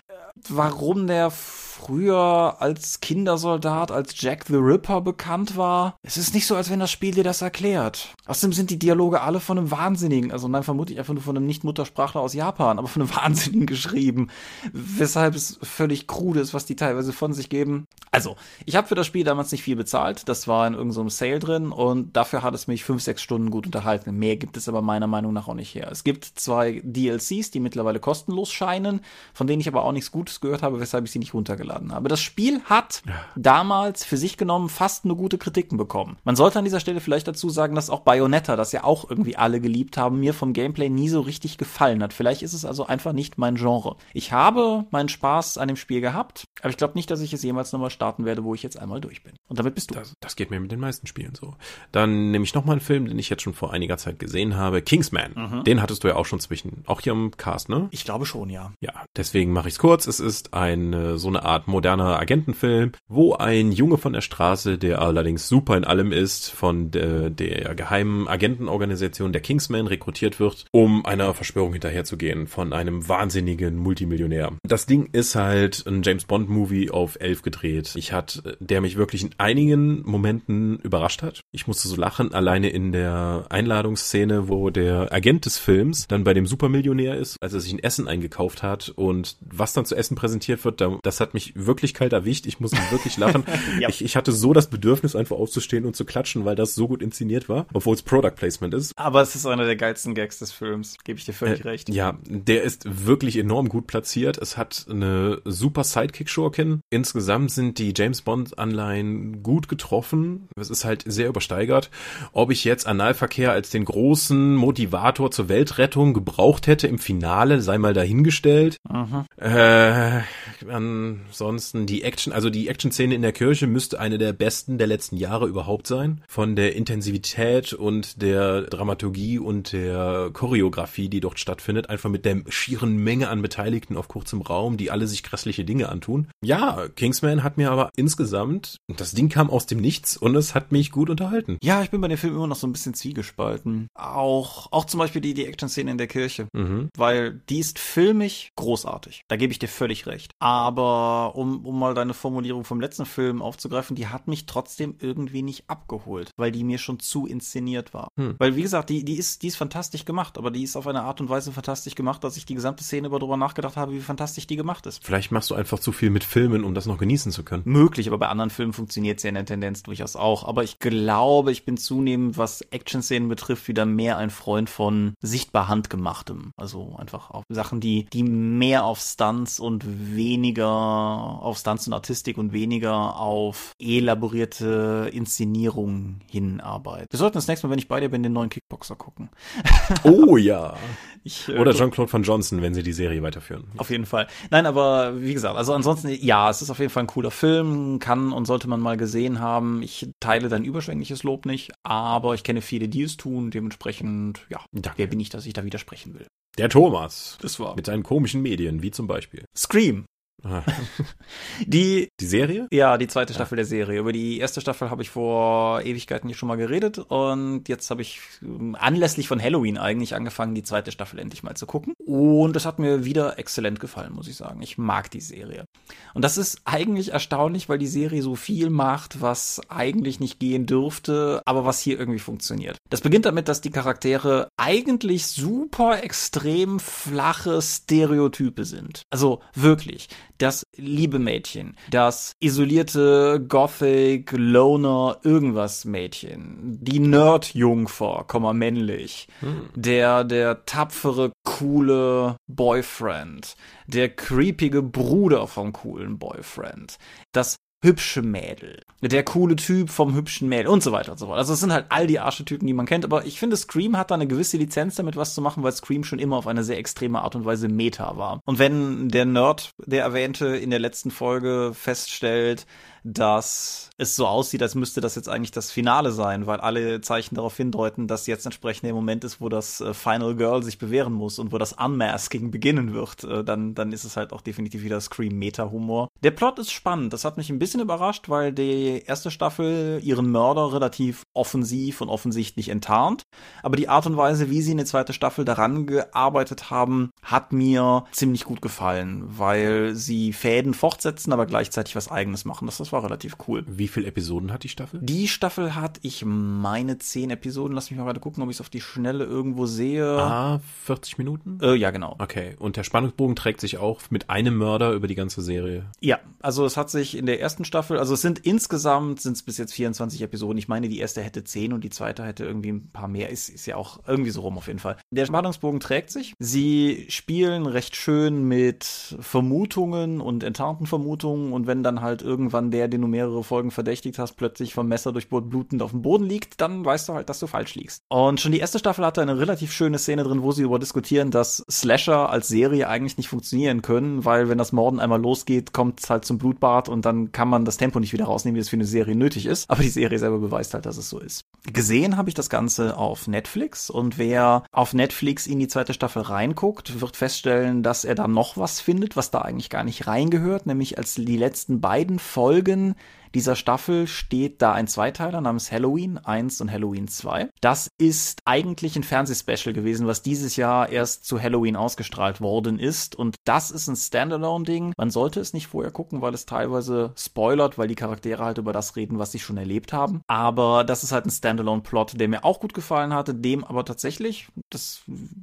Warum der früher als Kindersoldat, als Jack the Ripper bekannt war. Es ist nicht so, als wenn das Spiel dir das erklärt. Außerdem sind die Dialoge alle von einem Wahnsinnigen, also nein, vermutlich einfach nur von einem Nicht-Muttersprachler aus Japan, aber von einem Wahnsinnigen geschrieben, weshalb es völlig krude ist, was die teilweise von sich geben. Also, ich habe für das Spiel damals nicht viel bezahlt, das war in irgendeinem Sale drin und dafür hat es mich fünf, sechs Stunden gut unterhalten. Mehr gibt es aber meiner Meinung nach auch nicht her. Es gibt zwei D L Cs, die mittlerweile kostenlos scheinen, von denen ich aber auch nichts Gutes gehört habe, weshalb ich sie nicht runtergeladen habe. Das Spiel hat ja. damals für sich genommen fast nur gute Kritiken bekommen. Man sollte an dieser Stelle vielleicht dazu sagen, dass auch Bayonetta, das ja auch irgendwie alle geliebt haben, mir vom Gameplay nie so richtig gefallen hat. Vielleicht ist es also einfach nicht mein Genre. Ich habe meinen Spaß an dem Spiel gehabt, aber ich glaube nicht, dass ich es jemals nochmal starten werde, wo ich jetzt einmal durch bin. Und damit bist du. Das, das geht mir mit den meisten Spielen so. Dann nehme ich nochmal einen Film, den ich jetzt schon vor einiger Zeit gesehen habe. Kingsman. Mhm. Den hattest du ja auch schon zwischen, auch hier im Cast, ne? Ich glaube schon, ja. Ja, deswegen mache ich es kurz. Es ist ein, so eine Art moderner Agentenfilm, wo ein Junge von der Straße, der allerdings super in allem ist, von der, der geheimen Agentenorganisation der Kingsman rekrutiert wird, um einer Verschwörung hinterherzugehen von einem wahnsinnigen Multimillionär. Das Ding ist halt ein James-Bond-Movie auf elf gedreht. Ich hatte, der mich wirklich in einigen Momenten überrascht hat. Ich musste so lachen, alleine in der Einladungsszene, wo der Agent des Films dann bei dem Supermillionär ist, als er sich ein Essen eingekauft hat und was dann zu essen präsentiert wird, das hat mich wirklich kalt erwischt. Ich musste wirklich lachen. ja. ich, ich hatte so das Bedürfnis, einfach aufzustehen und zu klatschen, weil das so gut inszeniert war, obwohl es Product Placement ist. Aber es ist einer der geilsten Gags des Films, gebe ich dir völlig äh, recht. Ja, der ist wirklich enorm gut platziert. Es hat eine super Sidekick-Schurkin. Insgesamt sind die James-Bond-Anleihen gut getroffen. Es ist halt sehr übersteigert. Ob ich jetzt Analverkehr als den großen Motivator zur Weltrettung gebraucht hätte im Finale, sei mal dahingestellt. Mhm. Äh, ansonsten die Action, also die Action-Szene in der Kirche müsste eine der besten der letzten Jahre überhaupt sein. Von der Intensivität und der Dramaturgie und der Choreografie, die dort stattfindet. Einfach mit der schieren Menge an Beteiligten auf kurzem Raum, die alle sich grässliche Dinge antun. Ja, Kingsman hat mir aber insgesamt, das Ding kam aus dem Nichts und es hat mich gut unterhalten. Ja, ich bin bei dem Film immer noch so ein bisschen zwiegespalten. Auch, auch zum Beispiel die, die Action-Szene in der Kirche. Mhm. Weil die ist filmisch großartig. Da gebe ich dir völlig recht. Aber um, um mal deine Formulierung vom letzten Film aufzugreifen, die hat mich trotzdem irgendwie nicht abgeholt, weil die mir schon zu inszeniert war. Hm. Weil, wie gesagt, die, die ist, die ist fantastisch gemacht, aber die ist auf eine Art und Weise fantastisch gemacht, dass ich die gesamte Szene über drüber nachgedacht habe, wie fantastisch die gemacht ist. Vielleicht machst du einfach zu viel mit Filmen, um das noch genießen zu können. Möglich, aber bei anderen Filmen funktioniert es ja in der Tendenz durchaus auch. Aber ich glaube, ich bin zunehmend, was Action-Szenen betrifft, wieder mehr ein Freund von sichtbar Handgemachtem. Also einfach auf Sachen, die, die mehr auf Stunts und weniger auf Stunts und Artistik und weniger auf elaborierte Inszenierungen hinarbeiten. Wir sollten das nächste Mal, wenn ich bei dir bin, den neuen Kickboxer gucken. Oh ja. Ich, äh, Oder Jean-Claude Van Johnson, wenn sie die Serie weiterführen. Auf jeden Fall. Nein, aber wie gesagt, also ansonsten, ja, es ist auf jeden Fall ein cooler Film, kann und sollte man mal gesehen haben. Ich teile dein überschwängliches Lob nicht, aber ich kenne viele, die es tun. Dementsprechend, ja, Danke. Wer bin ich, dass ich da widersprechen will? Der Thomas. Das war. Mit seinen komischen Medien, wie zum Beispiel Scream. Die, die Serie? Ja, die zweite Staffel ja. der Serie. Über die erste Staffel habe ich vor Ewigkeiten hier schon mal geredet und jetzt habe ich anlässlich von Halloween eigentlich angefangen, die zweite Staffel endlich mal zu gucken. Und das hat mir wieder exzellent gefallen, muss ich sagen. Ich mag die Serie. Und das ist eigentlich erstaunlich, weil die Serie so viel macht, was eigentlich nicht gehen dürfte, aber was hier irgendwie funktioniert. Das beginnt damit, dass die Charaktere eigentlich super extrem flache Stereotype sind. Also wirklich. Das liebe Mädchen, das isolierte Gothic, Loner, irgendwas Mädchen, die Nerd-Jungfer, männlich, hm. der, der tapfere, coole Boyfriend, der creepige Bruder vom coolen Boyfriend, das hübsche Mädel, der coole Typ vom hübschen Mädel und so weiter und so fort. Also es sind halt all die Archetypen, die man kennt, aber ich finde, Scream hat da eine gewisse Lizenz damit was zu machen, weil Scream schon immer auf eine sehr extreme Art und Weise Meta war. Und wenn der Nerd, der erwähnte, in der letzten Folge feststellt, dass es so aussieht, als müsste das jetzt eigentlich das Finale sein, weil alle Zeichen darauf hindeuten, dass jetzt entsprechend der Moment ist, wo das äh, Final Girl sich bewähren muss und wo das Unmasking beginnen wird, äh, dann, dann ist es halt auch definitiv wieder Scream-Meta-Humor. Der Plot ist spannend, das hat mich ein bisschen überrascht, weil die erste Staffel ihren Mörder relativ offensiv und offensichtlich enttarnt, aber die Art und Weise, wie sie in die zweite Staffel daran gearbeitet haben, hat mir ziemlich gut gefallen, weil sie Fäden fortsetzen, aber gleichzeitig was Eigenes machen. Das, das war relativ cool. Wie viele Episoden hat die Staffel? Die Staffel hat, ich meine, zehn Episoden. Lass mich mal gerade gucken, ob ich es auf die Schnelle irgendwo sehe. Ah, vierzig Minuten? Äh, ja, genau. Okay, und der Spannungsbogen trägt sich auch mit einem Mörder über die ganze Serie? Ja, also es hat sich in der ersten Staffel, also es sind insgesamt, sind es bis jetzt vierundzwanzig Episoden. Ich meine, die erste hätte zehn und die zweite hätte irgendwie ein paar mehr. Ist, ist ja auch irgendwie so rum auf jeden Fall. Der Spannungsbogen trägt sich. Sie spielen recht schön mit Vermutungen und enttarnten Vermutungen und wenn dann halt irgendwann der der, den du mehrere Folgen verdächtigt hast, plötzlich vom Messer durchbohrt blutend auf dem Boden liegt, dann weißt du halt, dass du falsch liegst. Und schon die erste Staffel hatte eine relativ schöne Szene drin, wo sie darüber diskutieren, dass Slasher als Serie eigentlich nicht funktionieren können, weil wenn das Morden einmal losgeht, kommt es halt zum Blutbad und dann kann man das Tempo nicht wieder rausnehmen, wie es für eine Serie nötig ist. Aber die Serie selber beweist halt, dass es so ist. Gesehen habe ich das Ganze auf Netflix und wer auf Netflix in die zweite Staffel reinguckt, wird feststellen, dass er da noch was findet, was da eigentlich gar nicht reingehört, nämlich als die letzten beiden Folgen dieser Staffel steht da ein Zweiteiler namens Halloween eins und Halloween zwei. Das ist eigentlich ein Fernsehspecial gewesen, was dieses Jahr erst zu Halloween ausgestrahlt worden ist. Und das ist ein Standalone-Ding. Man sollte es nicht vorher gucken, weil es teilweise spoilert, weil die Charaktere halt über das reden, was sie schon erlebt haben. Aber das ist halt ein Standalone-Plot, der mir auch gut gefallen hatte, dem aber tatsächlich, das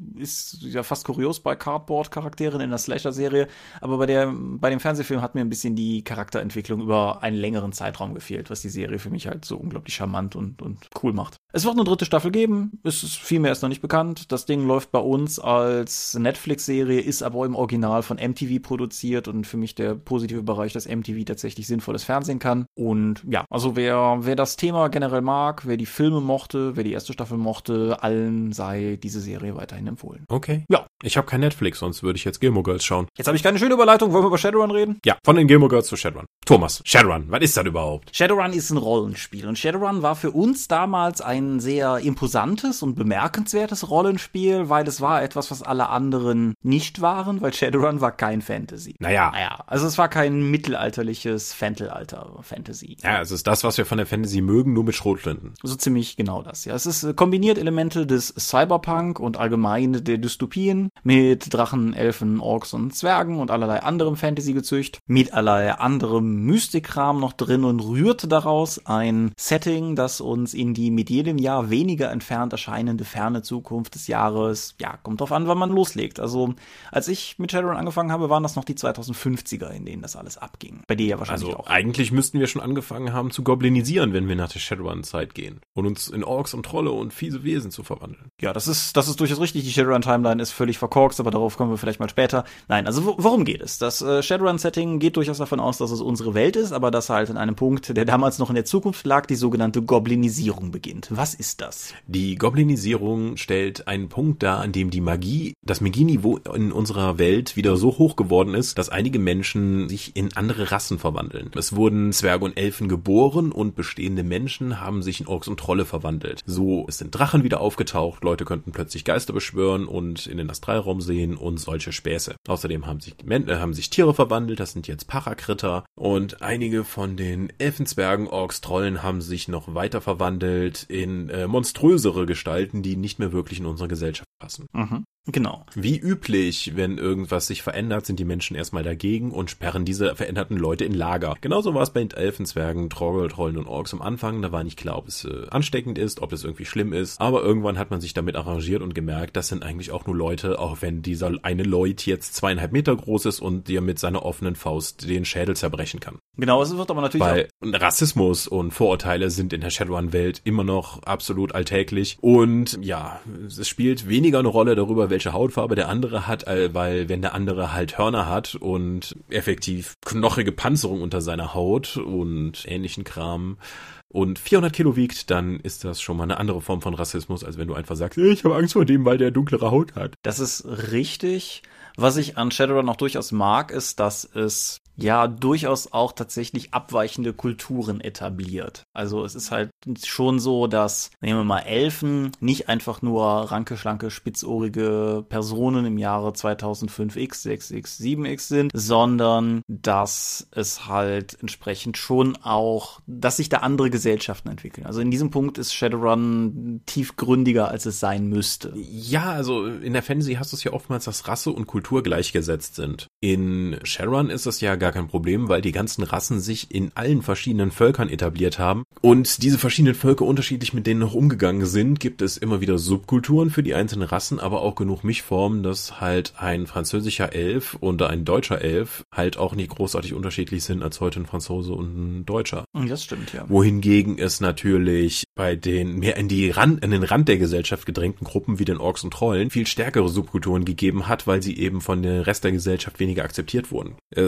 ist ja fast kurios bei Cardboard-Charakteren in der Slasher-Serie, aber bei der, bei dem Fernsehfilm hat mir ein bisschen die Charakterentwicklung über einen längeren Zeitraum gefehlt, was die Serie für mich halt so unglaublich charmant und, und cool macht. Es wird eine dritte Staffel geben, es ist viel mehr ist noch nicht bekannt. Das Ding läuft bei uns als Netflix-Serie, ist aber im Original von M T V produziert und für mich der positive Bereich, dass M T V tatsächlich sinnvolles Fernsehen kann. Und ja, also wer, wer das Thema generell mag, wer die Filme mochte, wer die erste Staffel mochte, allen sei diese Serie weiterhin empfohlen. Okay. Ja. Ich habe kein Netflix, sonst würde ich jetzt Gilmore Girls schauen. Jetzt habe ich keine schöne Überleitung, wollen wir über Shadowrun reden? Ja, von den Gilmore Girls zu Shadowrun. Thomas, Shadowrun, was ist das überhaupt? Shadowrun ist ein Rollenspiel und Shadowrun war für uns damals ein sehr imposantes und bemerkenswertes Rollenspiel, weil es war etwas, was alle anderen nicht waren, weil Shadowrun war kein Fantasy. Naja. Naja, also es war kein mittelalterliches Fantalter-Fantasy. Ja, es ist das, was wir von der Fantasy mögen, nur mit Schrotflinten. So ziemlich genau das, ja. Es ist äh, kombiniert Elemente des Cyberpunk und allgemein der Dystopien mit Drachen, Elfen, Orks und Zwergen und allerlei anderem Fantasy-Gezücht, mit allerlei anderem Mystikkram noch drin und rührte daraus ein Setting, das uns in die mit jedem Jahr weniger entfernt erscheinende ferne Zukunft des Jahres, ja, kommt drauf an, wann man loslegt. Also, als ich mit Shadowrun angefangen habe, waren das noch die zweitausendfünfziger, in denen das alles abging. Bei dir ja wahrscheinlich also, auch. Eigentlich müssten wir schon angefangen haben zu goblinisieren, wenn wir nach der Shadowrun-Zeit gehen und uns in Orks und Trolle und fiese Wesen zu verwandeln. Ja, das ist, das ist durchaus richtig. Die Shadowrun-Timeline ist völlig verkorkst, aber darauf kommen wir vielleicht mal später. Nein, also w- worum geht es? Das äh, Shadowrun-Setting geht durchaus davon aus, dass es unsere Welt ist, aber dass halt in einem Punkt, der damals noch in der Zukunft lag, die sogenannte Goblinisierung beginnt. Was ist das? Die Goblinisierung stellt einen Punkt dar, an dem die Magie, das Magieniveau in unserer Welt wieder so hoch geworden ist, dass einige Menschen sich in andere Rassen verwandeln. Es wurden Zwerge und Elfen geboren und bestehende Menschen haben sich in Orks und Trolle verwandelt. So, es sind Drachen wieder aufgetaucht, Leute könnten plötzlich Geister beschwören und in den Astralraum sehen und solche Späße. Außerdem haben sich, Men- äh, haben sich Tiere verwandelt, das sind jetzt Parakritter und einige von den Elfen, Zwergen, Orks, Trollen haben sich noch weiter verwandelt in äh, monströsere Gestalten, die nicht mehr wirklich in unsere Gesellschaft passen. Mhm. Genau. Wie üblich, wenn irgendwas sich verändert, sind die Menschen erstmal dagegen und sperren diese veränderten Leute in Lager. Genauso war es bei den Elfen, Zwergen, Troll, Trollen und Orks am Anfang. Da war nicht klar, ob es äh, ansteckend ist, ob es irgendwie schlimm ist. Aber irgendwann hat man sich damit arrangiert und gemerkt, das sind eigentlich auch nur Leute, auch wenn dieser eine Leut jetzt zweieinhalb Meter groß ist und dir mit seiner offenen Faust den Schädel zerbrechen kann. Genau, es wird aber natürlich Weil Rassismus und Vorurteile sind in der Shadowrun-Welt immer noch absolut alltäglich. Und ja, es spielt weniger eine Rolle darüber, welche Hautfarbe der andere hat, weil wenn der andere halt Hörner hat und effektiv knochige Panzerung unter seiner Haut und ähnlichen Kram und vierhundert Kilo wiegt, dann ist das schon mal eine andere Form von Rassismus, als wenn du einfach sagst, ich habe Angst vor dem, weil der dunklere Haut hat. Das ist richtig. Was ich an Shadowrun auch durchaus mag, ist, dass es ja durchaus auch tatsächlich abweichende Kulturen etabliert. Also es ist halt schon so, dass, nehmen wir mal Elfen, nicht einfach nur ranke, schlanke, spitzohrige Personen im Jahre zweitausendfünf X, sechs X, sieben X sind, sondern dass es halt entsprechend schon auch, dass sich da andere Gesellschaften entwickeln. Also in diesem Punkt ist Shadowrun tiefgründiger, als es sein müsste. Ja, also in der Fantasy hast du es ja oftmals, dass Rasse und Kultur gleichgesetzt sind. In Shadowrun ist es ja gar kein Problem, weil die ganzen Rassen sich in allen verschiedenen Völkern etabliert haben und diese verschiedenen Völker unterschiedlich mit denen noch umgegangen sind, gibt es immer wieder Subkulturen für die einzelnen Rassen, aber auch genug Mischformen, dass halt ein französischer Elf und ein deutscher Elf halt auch nicht großartig unterschiedlich sind als heute ein Franzose und ein Deutscher. Das stimmt, ja. Wohingegen es natürlich bei den mehr in die Rand, in den Rand der Gesellschaft gedrängten Gruppen wie den Orks und Trollen viel stärkere Subkulturen gegeben hat, weil sie eben von der Rest der Gesellschaft weniger akzeptiert wurden. Es gibt ja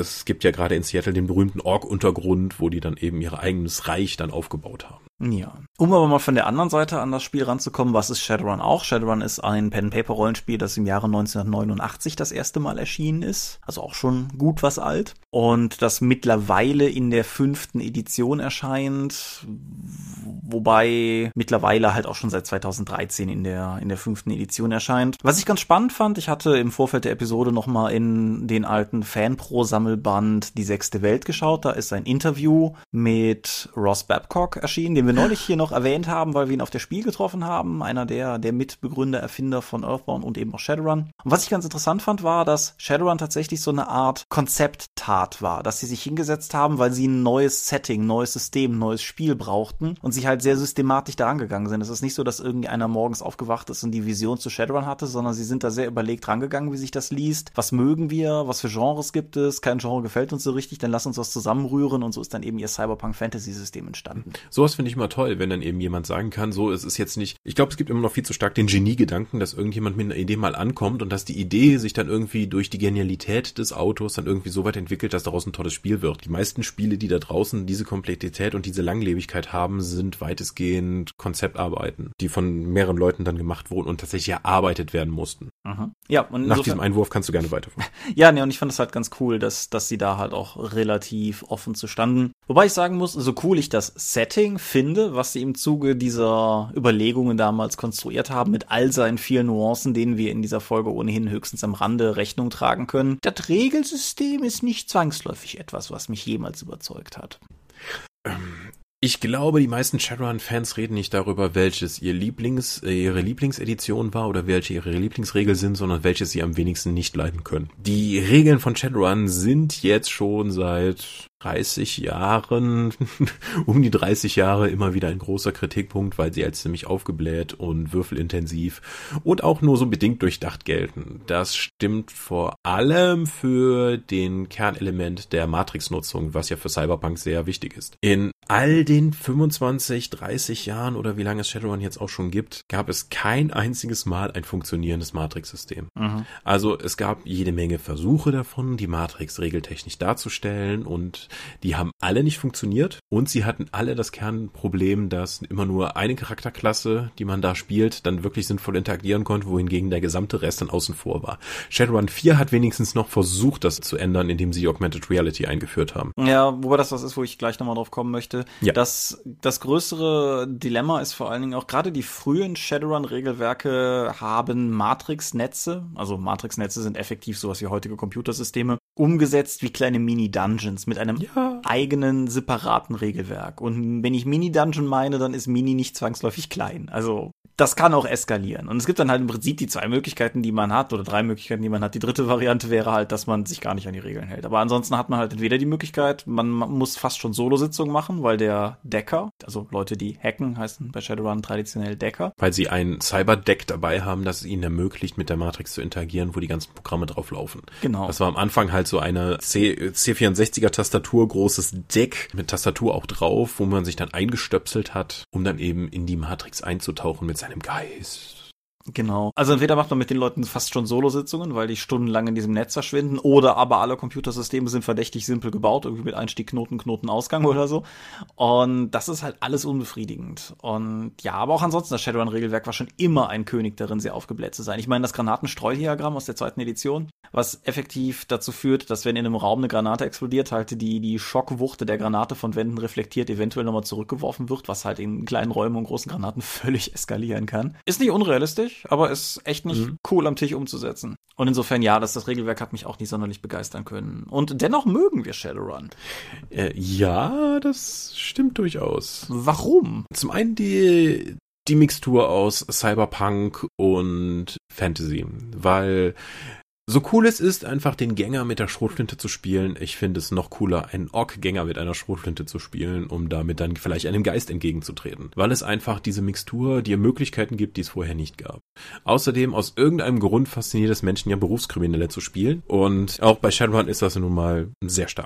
ja gerade in Seattle den berühmten Ork-Untergrund, wo die dann eben ihr eigenes Reich dann aufgebaut haben. Ja. Um aber mal von der anderen Seite an das Spiel ranzukommen, was ist Shadowrun auch? Shadowrun ist ein Pen-and-Paper-Rollenspiel, das im Jahre neunzehnhundertneunundachtzig das erste Mal erschienen ist. Also auch schon gut was alt. Und das mittlerweile in der fünften Edition erscheint, wobei mittlerweile halt auch schon seit zweitausenddreizehn in der in der fünften Edition erscheint. Was ich ganz spannend fand, ich hatte im Vorfeld der Episode nochmal in den alten Fanpro-Sammelband Die sechste Welt geschaut. Da ist ein Interview mit Ross Babcock erschienen, den wir neulich hier noch erwähnt haben, weil wir ihn auf der Spiel getroffen haben. Einer der, der Mitbegründer, Erfinder von Earthbound und eben auch Shadowrun. Und was ich ganz interessant fand, war, dass Shadowrun tatsächlich so eine Art Konzepttat war, dass sie sich hingesetzt haben, weil sie ein neues Setting, neues System, neues Spiel brauchten und sich halt sehr systematisch da angegangen sind. Es ist nicht so, dass irgendeiner morgens aufgewacht ist und die Vision zu Shadowrun hatte, sondern sie sind da sehr überlegt rangegangen, wie sich das liest. Was mögen wir? Was für Genres gibt es? Kein Genre gefällt uns so richtig, dann lass uns was zusammenrühren und so ist dann eben ihr Cyberpunk-Fantasy-System entstanden. Sowas finde ich immer toll, wenn dann eben jemand sagen kann, so, es ist jetzt nicht, ich glaube, es gibt immer noch viel zu stark den Genie-Gedanken, dass irgendjemand mit einer Idee mal ankommt und dass die Idee sich dann irgendwie durch die Genialität des Autors dann irgendwie so weit entwickelt, dass daraus ein tolles Spiel wird. Die meisten Spiele, die da draußen diese Komplexität und diese Langlebigkeit haben, sind weitestgehend Konzeptarbeiten, die von mehreren Leuten dann gemacht wurden und tatsächlich erarbeitet werden mussten. Mhm. Ja, und nach diesem Einwurf kannst du gerne weiterfahren. Ja, ne, und ich fand es halt ganz cool, dass, dass sie da halt auch relativ offen zu standen. Wobei ich sagen muss, so cool ich das Setting finde, was sie im Zuge dieser Überlegungen damals konstruiert haben, mit all seinen vielen Nuancen, denen wir in dieser Folge ohnehin höchstens am Rande Rechnung tragen können. Das Regelsystem ist nicht zwangsläufig etwas, was mich jemals überzeugt hat. Ich glaube, die meisten Shadowrun-Fans reden nicht darüber, welches ihr Lieblings, äh, ihre Lieblingsedition war oder welche ihre Lieblingsregeln sind, sondern welche sie am wenigsten nicht leiden können. Die Regeln von Shadowrun sind jetzt schon seit dreißig Jahren, um die dreißig Jahre immer wieder ein großer Kritikpunkt, weil sie als ziemlich aufgebläht und würfelintensiv und auch nur so bedingt durchdacht gelten. Das stimmt vor allem für den Kernelement der Matrix-Nutzung, was ja für Cyberpunk sehr wichtig ist. In all den fünfundzwanzig, dreißig Jahren oder wie lange es Shadowrun jetzt auch schon gibt, gab es kein einziges Mal ein funktionierendes Matrix-System. Mhm. Also es gab jede Menge Versuche davon, die Matrix regeltechnisch darzustellen und die haben alle nicht funktioniert und sie hatten alle das Kernproblem, dass immer nur eine Charakterklasse, die man da spielt, dann wirklich sinnvoll interagieren konnte, wohingegen der gesamte Rest dann außen vor war. Shadowrun vier hat wenigstens noch versucht, das zu ändern, indem sie Augmented Reality eingeführt haben. Ja, wobei das was ist, wo ich gleich nochmal drauf kommen möchte. Ja. Das, das größere Dilemma ist vor allen Dingen auch, gerade die frühen Shadowrun-Regelwerke haben Matrix-Netze, also Matrix-Netze sind effektiv sowas wie heutige Computersysteme, umgesetzt wie kleine Mini-Dungeons mit einem ja. eigenen, separaten Regelwerk. Und wenn ich Mini-Dungeon meine, dann ist Mini nicht zwangsläufig klein. Also das kann auch eskalieren. Und es gibt dann halt im Prinzip die zwei Möglichkeiten, die man hat, oder drei Möglichkeiten, die man hat. Die dritte Variante wäre halt, dass man sich gar nicht an die Regeln hält. Aber ansonsten hat man halt entweder die Möglichkeit, man muss fast schon Solo-Sitzungen machen, weil der Decker, also Leute, die hacken, heißen bei Shadowrun traditionell Decker. Weil sie ein Cyber-Deck dabei haben, das es ihnen ermöglicht, mit der Matrix zu interagieren, wo die ganzen Programme drauf laufen. Genau. Das war am Anfang halt so eine C- C64er-Tastatur, großes Deck mit Tastatur auch drauf, wo man sich dann eingestöpselt hat, um dann eben in die Matrix einzutauchen mit seinem Geist. Genau. Also entweder macht man mit den Leuten fast schon Solo-Sitzungen, weil die stundenlang in diesem Netz verschwinden, oder aber alle Computersysteme sind verdächtig simpel gebaut, irgendwie mit Einstieg, Knoten, Knoten, Ausgang oder so. Und das ist halt alles unbefriedigend. Und ja, aber auch ansonsten, das Shadowrun-Regelwerk war schon immer ein König darin, sehr aufgebläht zu sein. Ich meine, das Granatenstreudiagramm aus der zweiten Edition, was effektiv dazu führt, dass wenn in einem Raum eine Granate explodiert, halt die, die Schockwuchte der Granate von Wänden reflektiert, eventuell nochmal zurückgeworfen wird, was halt in kleinen Räumen und großen Granaten völlig eskalieren kann. Ist nicht unrealistisch, aber ist echt nicht mhm. cool am Tisch umzusetzen. Und insofern, ja, das, das Regelwerk hat mich auch nicht sonderlich begeistern können. Und dennoch mögen wir Shadowrun. Äh, ja, das stimmt durchaus. Warum? Zum einen die, die Mixtur aus Cyberpunk und Fantasy, weil so cool es ist, einfach den Gänger mit der Schrotflinte zu spielen, ich finde es noch cooler, einen Ork-Gänger mit einer Schrotflinte zu spielen, um damit dann vielleicht einem Geist entgegenzutreten. Weil es einfach diese Mixtur dir Möglichkeiten gibt, die es vorher nicht gab. Außerdem, aus irgendeinem Grund fasziniert es Menschen ja, Berufskriminelle zu spielen. Und auch bei Shadowrun ist das nun mal sehr stark.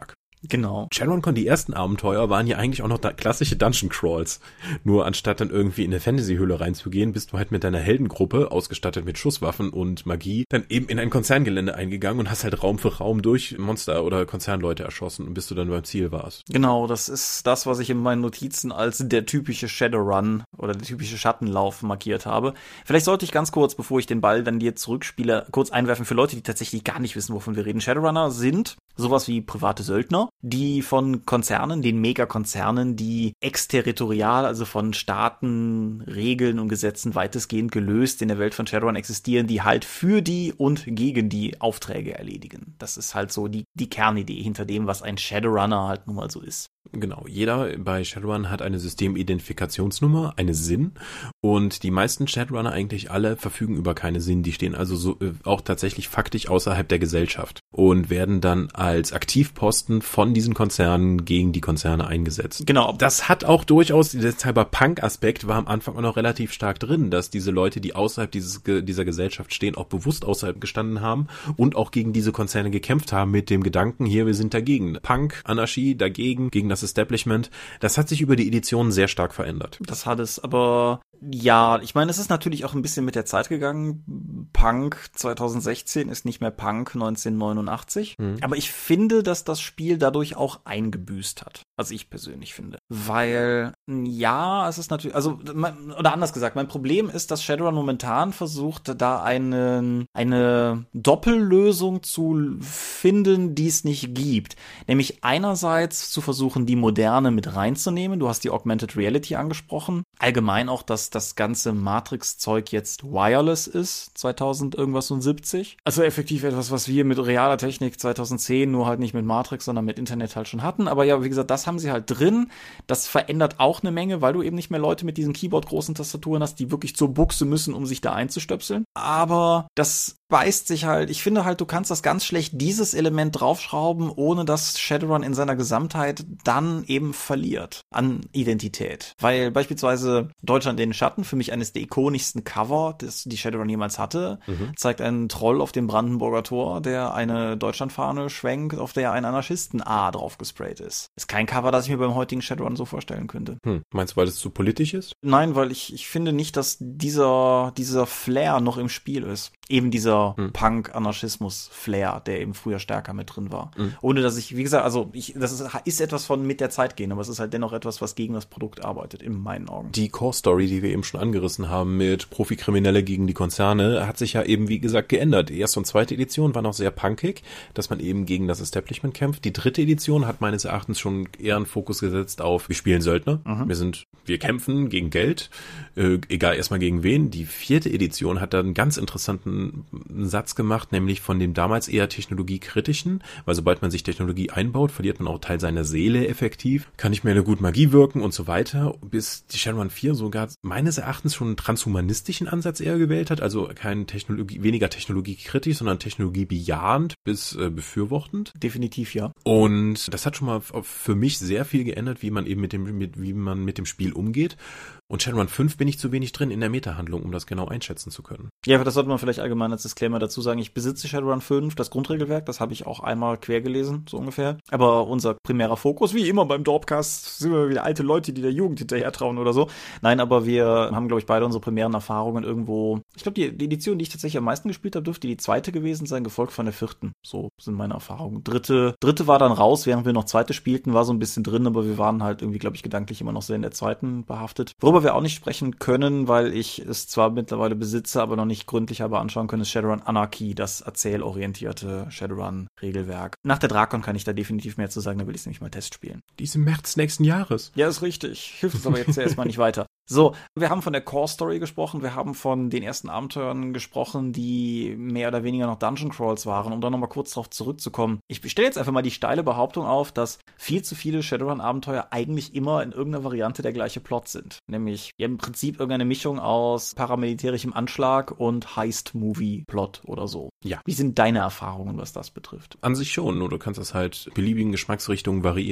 Genau. ShadowRun, die ersten Abenteuer waren ja eigentlich auch noch da klassische Dungeon Crawls. Nur anstatt dann irgendwie in eine Fantasy-Höhle reinzugehen, bist du halt mit deiner Heldengruppe, ausgestattet mit Schusswaffen und Magie, dann eben in ein Konzerngelände eingegangen und hast halt Raum für Raum durch Monster oder Konzernleute erschossen und bis du dann beim Ziel warst. Genau, das ist das, was ich in meinen Notizen als der typische Shadowrun oder der typische Schattenlauf markiert habe. Vielleicht sollte ich ganz kurz, bevor ich den Ball dann dir zurückspiele, kurz einwerfen für Leute, die tatsächlich gar nicht wissen, wovon wir reden. Shadowrunner sind sowas wie private Söldner, die von Konzernen, den Megakonzernen, die exterritorial, also von Staaten, Regeln und Gesetzen weitestgehend gelöst in der Welt von Shadowrun existieren, die halt für die und gegen die Aufträge erledigen. Das ist halt so die, die Kernidee hinter dem, was ein Shadowrunner halt nun mal so ist. Genau, jeder bei Shadowrun hat eine Systemidentifikationsnummer, eine S I N, und die meisten Shadowrunner, eigentlich alle, verfügen über keine S I N. Die stehen also so, äh, auch tatsächlich faktisch außerhalb der Gesellschaft und werden dann als Aktivposten von diesen Konzernen gegen die Konzerne eingesetzt. Genau. Das hat auch durchaus, der Cyberpunk-Aspekt war am Anfang auch noch relativ stark drin, dass diese Leute, die außerhalb dieses, dieser Gesellschaft stehen, auch bewusst außerhalb gestanden haben und auch gegen diese Konzerne gekämpft haben mit dem Gedanken, hier, wir sind dagegen. Punk, Anarchie, dagegen, gegen das Establishment. Das hat sich über die Editionen sehr stark verändert. Das hat es, aber ja, ich meine, es ist natürlich auch ein bisschen mit der Zeit gegangen. Punk zwanzig sechzehn ist nicht mehr Punk neunzehnhundertneunundachtzig. Mhm. Aber ich finde, dass das Spiel dadurch auch eingebüßt hat. Also ich persönlich finde. Weil, ja, es ist natürlich, also, oder anders gesagt, mein Problem ist, dass Shadowrun momentan versucht, da eine, eine Doppellösung zu finden, die es nicht gibt. Nämlich einerseits zu versuchen, die Moderne mit reinzunehmen. Du hast die Augmented Reality angesprochen. Allgemein auch, dass das ganze Matrix-Zeug jetzt wireless ist, zweitausend irgendwas und siebzig. Also effektiv etwas, was wir mit realer Technik zweitausendzehn, nur halt nicht mit Matrix, sondern mit Internet halt schon hatten. Aber ja, wie gesagt, das haben sie halt drin. Das verändert auch eine Menge, weil du eben nicht mehr Leute mit diesen Keyboard-großen Tastaturen hast, die wirklich zur Buchse müssen, um sich da einzustöpseln. Aber das beißt sich halt, ich finde halt, du kannst das ganz schlecht, dieses Element draufschrauben, ohne dass Shadowrun in seiner Gesamtheit dann eben verliert an Identität. Weil beispielsweise Deutschland in den Schatten, für mich eines der ikonischsten Cover, das die Shadowrun jemals hatte, mhm. zeigt einen Troll auf dem Brandenburger Tor, der eine Deutschlandfahne schwenkt, auf der ein Anarchisten-A drauf gesprayt ist. Ist kein Cover, das ich mir beim heutigen Shadowrun so vorstellen könnte. Hm. Meinst du, weil es zu politisch ist? Nein, weil ich, ich finde nicht, dass dieser, dieser Flair noch im Spiel ist. Eben dieser hm. Punk-Anarchismus-Flair, der eben früher stärker mit drin war. Hm. Ohne dass ich, wie gesagt, also ich, das ist, ist etwas von mit der Zeit gehen, aber es ist halt dennoch etwas, was gegen das Produkt arbeitet, in meinen Augen. Die Core-Story, die wir eben schon angerissen haben mit Profikriminelle gegen die Konzerne, hat sich ja eben, wie gesagt, geändert. Die erste und zweite Edition war noch sehr punkig, dass man eben gegen das Establishment kämpft. Die dritte Edition hat meines Erachtens schon eher einen Fokus gesetzt auf, wir spielen Söldner, mhm. wir sind, wir kämpfen gegen Geld, äh, egal erstmal gegen wen. Die vierte Edition hat da einen ganz interessanten Satz gemacht, nämlich von dem damals eher technologiekritischen, weil sobald man sich Technologie einbaut, verliert man auch Teil seiner Seele effektiv, kann nicht mehr eine gute Magie wirken und so weiter, bis die Shadowrun vier sogar meines Erachtens schon einen transhumanistischen Ansatz eher gewählt hat, also kein Technologie, weniger technologiekritisch, sondern technologiebejahend bis äh, befürwortend. Definitiv, ja. Und das hat schon mal für mich sehr viel geändert, wie man eben mit dem, mit, wie man mit dem Spiel umgeht. Und Shadowrun fünf bin ich zu wenig drin in der Meta-Handlung, um das genau einschätzen zu können. Ja, aber das sollte man vielleicht allgemein als Disclaimer dazu sagen. Ich besitze Shadowrun fünf, das Grundregelwerk, das habe ich auch einmal quer gelesen, so ungefähr. Aber unser primärer Fokus, wie immer beim Dorpcast, sind wir wieder alte Leute, die der Jugend hinterher trauen oder so. Nein, aber wir haben, glaube ich, beide unsere primären Erfahrungen irgendwo. Ich glaube, die, die Edition, die ich tatsächlich am meisten gespielt habe, dürfte die zweite gewesen sein, gefolgt von der vierten. So sind meine Erfahrungen. Dritte, dritte war dann raus, während wir noch zweite spielten, war so ein bisschen drin, aber wir waren halt irgendwie, glaube ich, gedanklich immer noch sehr in der zweiten behaftet. Worüber wir auch nicht sprechen können, weil ich es zwar mittlerweile besitze, aber noch nicht gründlich habe anschauen können, ist Shadowrun Anarchy, das erzählorientierte Shadowrun-Regelwerk. Nach der Drakon kann ich da definitiv mehr zu sagen, da will ich es nämlich mal Test spielen. Die ist im März nächsten Jahres. Ja, ist richtig. Hilft uns aber jetzt erstmal nicht weiter. So, wir haben von der Core-Story gesprochen, wir haben von den ersten Abenteuern gesprochen, die mehr oder weniger noch Dungeon Crawls waren, um da nochmal kurz drauf zurückzukommen. Ich stelle jetzt einfach mal die steile Behauptung auf, dass viel zu viele Shadowrun-Abenteuer eigentlich immer in irgendeiner Variante der gleiche Plot sind. Nämlich im Prinzip irgendeine Mischung aus paramilitärischem Anschlag und Heist-Movie-Plot oder so. Ja. Wie sind deine Erfahrungen, was das betrifft? An sich schon, nur du kannst das halt beliebigen Geschmacksrichtungen variieren.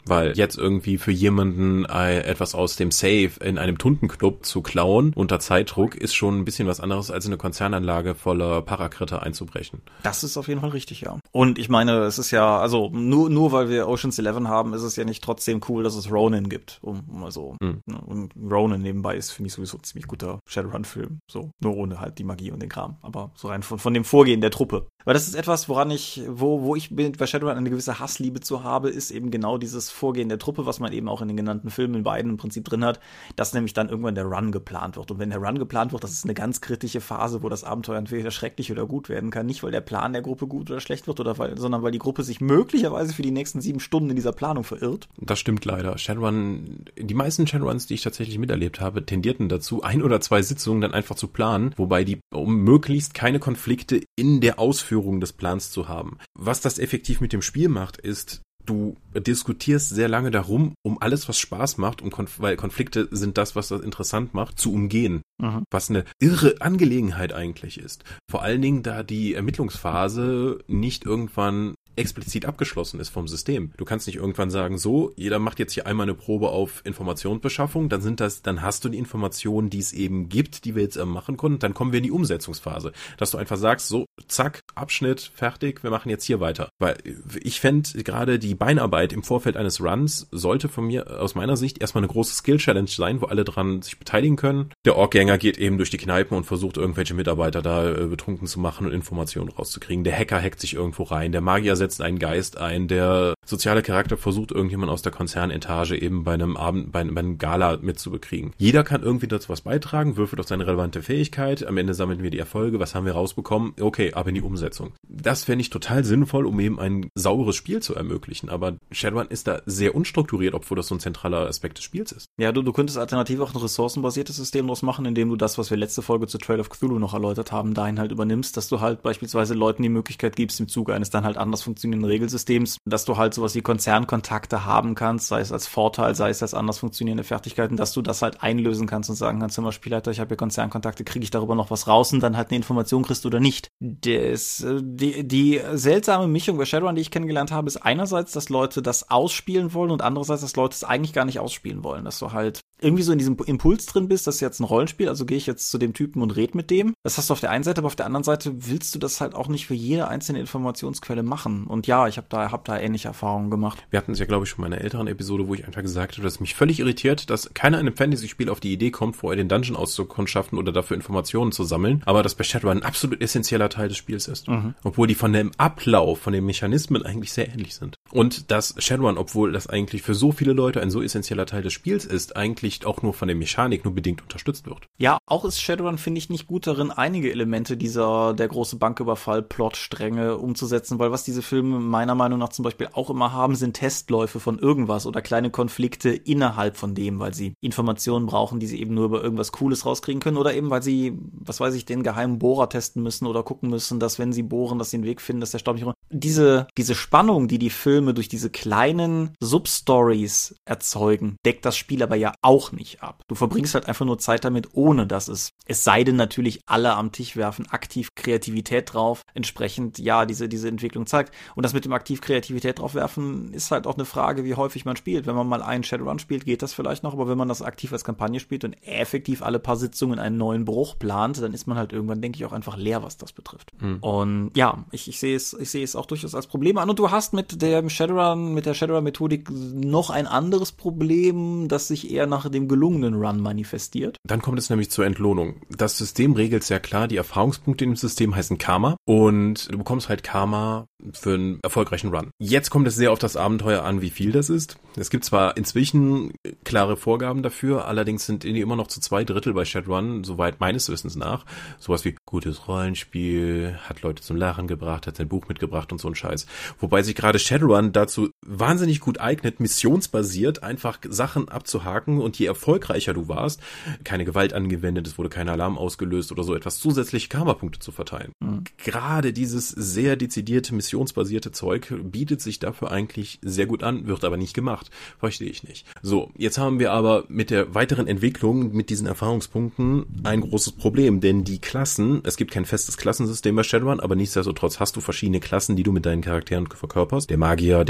weil jetzt irgendwie für jemanden äh, etwas aus dem Safe in einem Tuntenclub zu klauen unter Zeitdruck ist schon ein bisschen was anderes, als in eine Konzernanlage voller Parakritter einzubrechen. Das ist auf jeden Fall richtig, ja. Und ich meine, es ist ja, also nur nur weil wir Ocean's Eleven haben, ist es ja nicht trotzdem cool, dass es Ronin gibt. Um, also, mhm. ne, und Ronin nebenbei ist, finde ich, sowieso ein ziemlich guter Shadowrun-Film. So, nur ohne halt die Magie und den Kram. Aber so rein von, von dem Vorgehen der Truppe. Weil das ist etwas, woran ich, wo, wo ich bei Shadowrun eine gewisse Hassliebe zu habe, ist eben genau dieses Vorgehen der Truppe, was man eben auch in den genannten Filmen in beiden im Prinzip drin hat, dass nämlich dann irgendwann der Run geplant wird. Und wenn der Run geplant wird, das ist eine ganz kritische Phase, wo das Abenteuer entweder schrecklich oder gut werden kann. Nicht, weil der Plan der Gruppe gut oder schlecht wird, oder weil, sondern weil die Gruppe sich möglicherweise für die nächsten sieben Stunden in dieser Planung verirrt. Das stimmt leider. Shadowrun, die meisten Shadowruns, die ich tatsächlich miterlebt habe, tendierten dazu, ein oder zwei Sitzungen dann einfach zu planen, wobei die, um möglichst keine Konflikte in der Ausführung des Plans zu haben. Was das effektiv mit dem Spiel macht, ist, du diskutierst sehr lange darum, um alles, was Spaß macht, um Konf- weil Konflikte sind das, was das interessant macht, zu umgehen. Mhm. Was eine irre Angelegenheit eigentlich ist. Vor allen Dingen, da die Ermittlungsphase nicht irgendwann explizit abgeschlossen ist vom System. Du kannst nicht irgendwann sagen, so, jeder macht jetzt hier einmal eine Probe auf Informationsbeschaffung, dann sind das, dann hast du die Informationen, die es eben gibt, die wir jetzt machen konnten, dann kommen wir in die Umsetzungsphase. Dass du einfach sagst, so, zack, Abschnitt, fertig, wir machen jetzt hier weiter. Weil ich fände gerade die Beinarbeit im Vorfeld eines Runs sollte von mir, aus meiner Sicht, erstmal eine große Skill-Challenge sein, wo alle dran sich beteiligen können. Der Orkgänger geht eben durch die Kneipen und versucht, irgendwelche Mitarbeiter da äh, betrunken zu machen und Informationen rauszukriegen. Der Hacker hackt sich irgendwo rein, der Magier setzt einen Geist ein, der soziale Charakter versucht, irgendjemand aus der Konzernetage eben bei einem Abend, bei, bei einem Gala mitzubekriegen. Jeder kann irgendwie dazu was beitragen, würfelt auf seine relevante Fähigkeit, am Ende sammeln wir die Erfolge, was haben wir rausbekommen? Okay, ab in die Umsetzung. Das fände ich total sinnvoll, um eben ein sauberes Spiel zu ermöglichen, aber Shadowrun ist da sehr unstrukturiert, obwohl das so ein zentraler Aspekt des Spiels ist. Ja, du, du könntest alternativ auch ein ressourcenbasiertes System draus machen, indem du das, was wir letzte Folge zu Trail of Cthulhu noch erläutert haben, dahin halt übernimmst, dass du halt beispielsweise Leuten die Möglichkeit gibst, im Zuge eines dann halt anders funktionierenden Regelsystems, dass du halt sowas wie Konzernkontakte haben kannst, sei es als Vorteil, sei es als anders funktionierende Fertigkeiten, dass du das halt einlösen kannst und sagen kannst, immer Spielleiter, ich habe hier Konzernkontakte, kriege ich darüber noch was raus und dann halt eine Information kriegst oder nicht. Das, die, die seltsame Mischung bei Shadowrun, die ich kennengelernt habe, ist einerseits, dass Leute das ausspielen wollen und andererseits, dass Leute es eigentlich gar nicht ausspielen wollen, dass du halt irgendwie so in diesem Impuls drin bist, das ist jetzt ein Rollenspiel, also gehe ich jetzt zu dem Typen und red mit dem. Das hast du auf der einen Seite, aber auf der anderen Seite willst du das halt auch nicht für jede einzelne Informationsquelle machen. Und ja, ich habe da, hab da ähnliche Erfahrungen gemacht. Wir hatten es ja, glaube ich, schon mal in einer älteren Episode, wo ich einfach gesagt habe, dass es mich völlig irritiert, dass keiner in einem Fantasy-Spiel auf die Idee kommt, vorher den Dungeon auszukundschaften oder dafür Informationen zu sammeln, aber dass bei Shadowrun ein absolut essentieller Teil des Spiels ist. Mhm. Obwohl die von dem Ablauf, von den Mechanismen eigentlich sehr ähnlich sind. Und dass Shadowrun, obwohl das eigentlich für so viele Leute ein so essentieller Teil des Spiels ist, eigentlich auch nur von der Mechanik nur bedingt unterstützt wird. Ja, auch ist Shadowrun, finde ich, nicht gut darin, einige Elemente dieser der große Banküberfall-Plot-Stränge umzusetzen, weil was diese Filme meiner Meinung nach zum Beispiel auch immer haben, sind Testläufe von irgendwas oder kleine Konflikte innerhalb von dem, weil sie Informationen brauchen, die sie eben nur über irgendwas Cooles rauskriegen können oder eben, weil sie, was weiß ich, den geheimen Bohrer testen müssen oder gucken müssen, dass wenn sie bohren, dass sie einen Weg finden, dass der Staub nicht runter. Diese, diese Spannung, die die Filme durch diese kleinen Substories erzeugen, deckt das Spiel aber ja auch nicht ab. Du verbringst halt einfach nur Zeit damit, ohne dass es, es sei denn natürlich alle am Tisch werfen, aktiv Kreativität drauf, entsprechend, ja, diese, diese Entwicklung zeigt. Und das mit dem aktiv Kreativität drauf werfen, ist halt auch eine Frage, wie häufig man spielt. Wenn man mal einen Shadowrun spielt, geht das vielleicht noch, aber wenn man das aktiv als Kampagne spielt und effektiv alle paar Sitzungen einen neuen Bruch plant, dann ist man halt irgendwann, denke ich, auch einfach leer, was das betrifft. Mhm. Und ja, ich, ich sehe es, ich sehe es auch durchaus als Problem an. Und du hast mit dem Shadowrun, mit der Shadowrun-Methodik noch ein anderes Problem, das sich eher nach dem gelungenen Run manifestiert. Dann kommt es nämlich zur Entlohnung. Das System regelt sehr klar, die Erfahrungspunkte im System heißen Karma und du bekommst halt Karma für einen erfolgreichen Run. Jetzt kommt es sehr auf das Abenteuer an, wie viel das ist. Es gibt zwar inzwischen klare Vorgaben dafür, allerdings sind die immer noch zu zwei Drittel bei Shadowrun, soweit meines Wissens nach, sowas wie gutes Rollenspiel, hat Leute zum Lachen gebracht, hat sein Buch mitgebracht und so ein Scheiß. Wobei sich gerade Shadowrun dazu wahnsinnig gut eignet, missionsbasiert einfach Sachen abzuhaken und je erfolgreicher du warst, keine Gewalt angewendet, es wurde kein Alarm ausgelöst oder so etwas, zusätzliche Karma-Punkte zu verteilen. Mhm. Gerade dieses sehr dezidierte missionsbasierte Zeug bietet sich dafür eigentlich sehr gut an, wird aber nicht gemacht. Verstehe ich nicht. So, jetzt haben wir aber mit der weiteren Entwicklung, mit diesen Erfahrungspunkten ein großes Problem, denn die Klassen, es gibt kein festes Klassensystem bei Shadowrun, aber nichtsdestotrotz hast du verschiedene Klassen, die du mit deinen Charakteren verkörperst. Der Magier, der Hacker,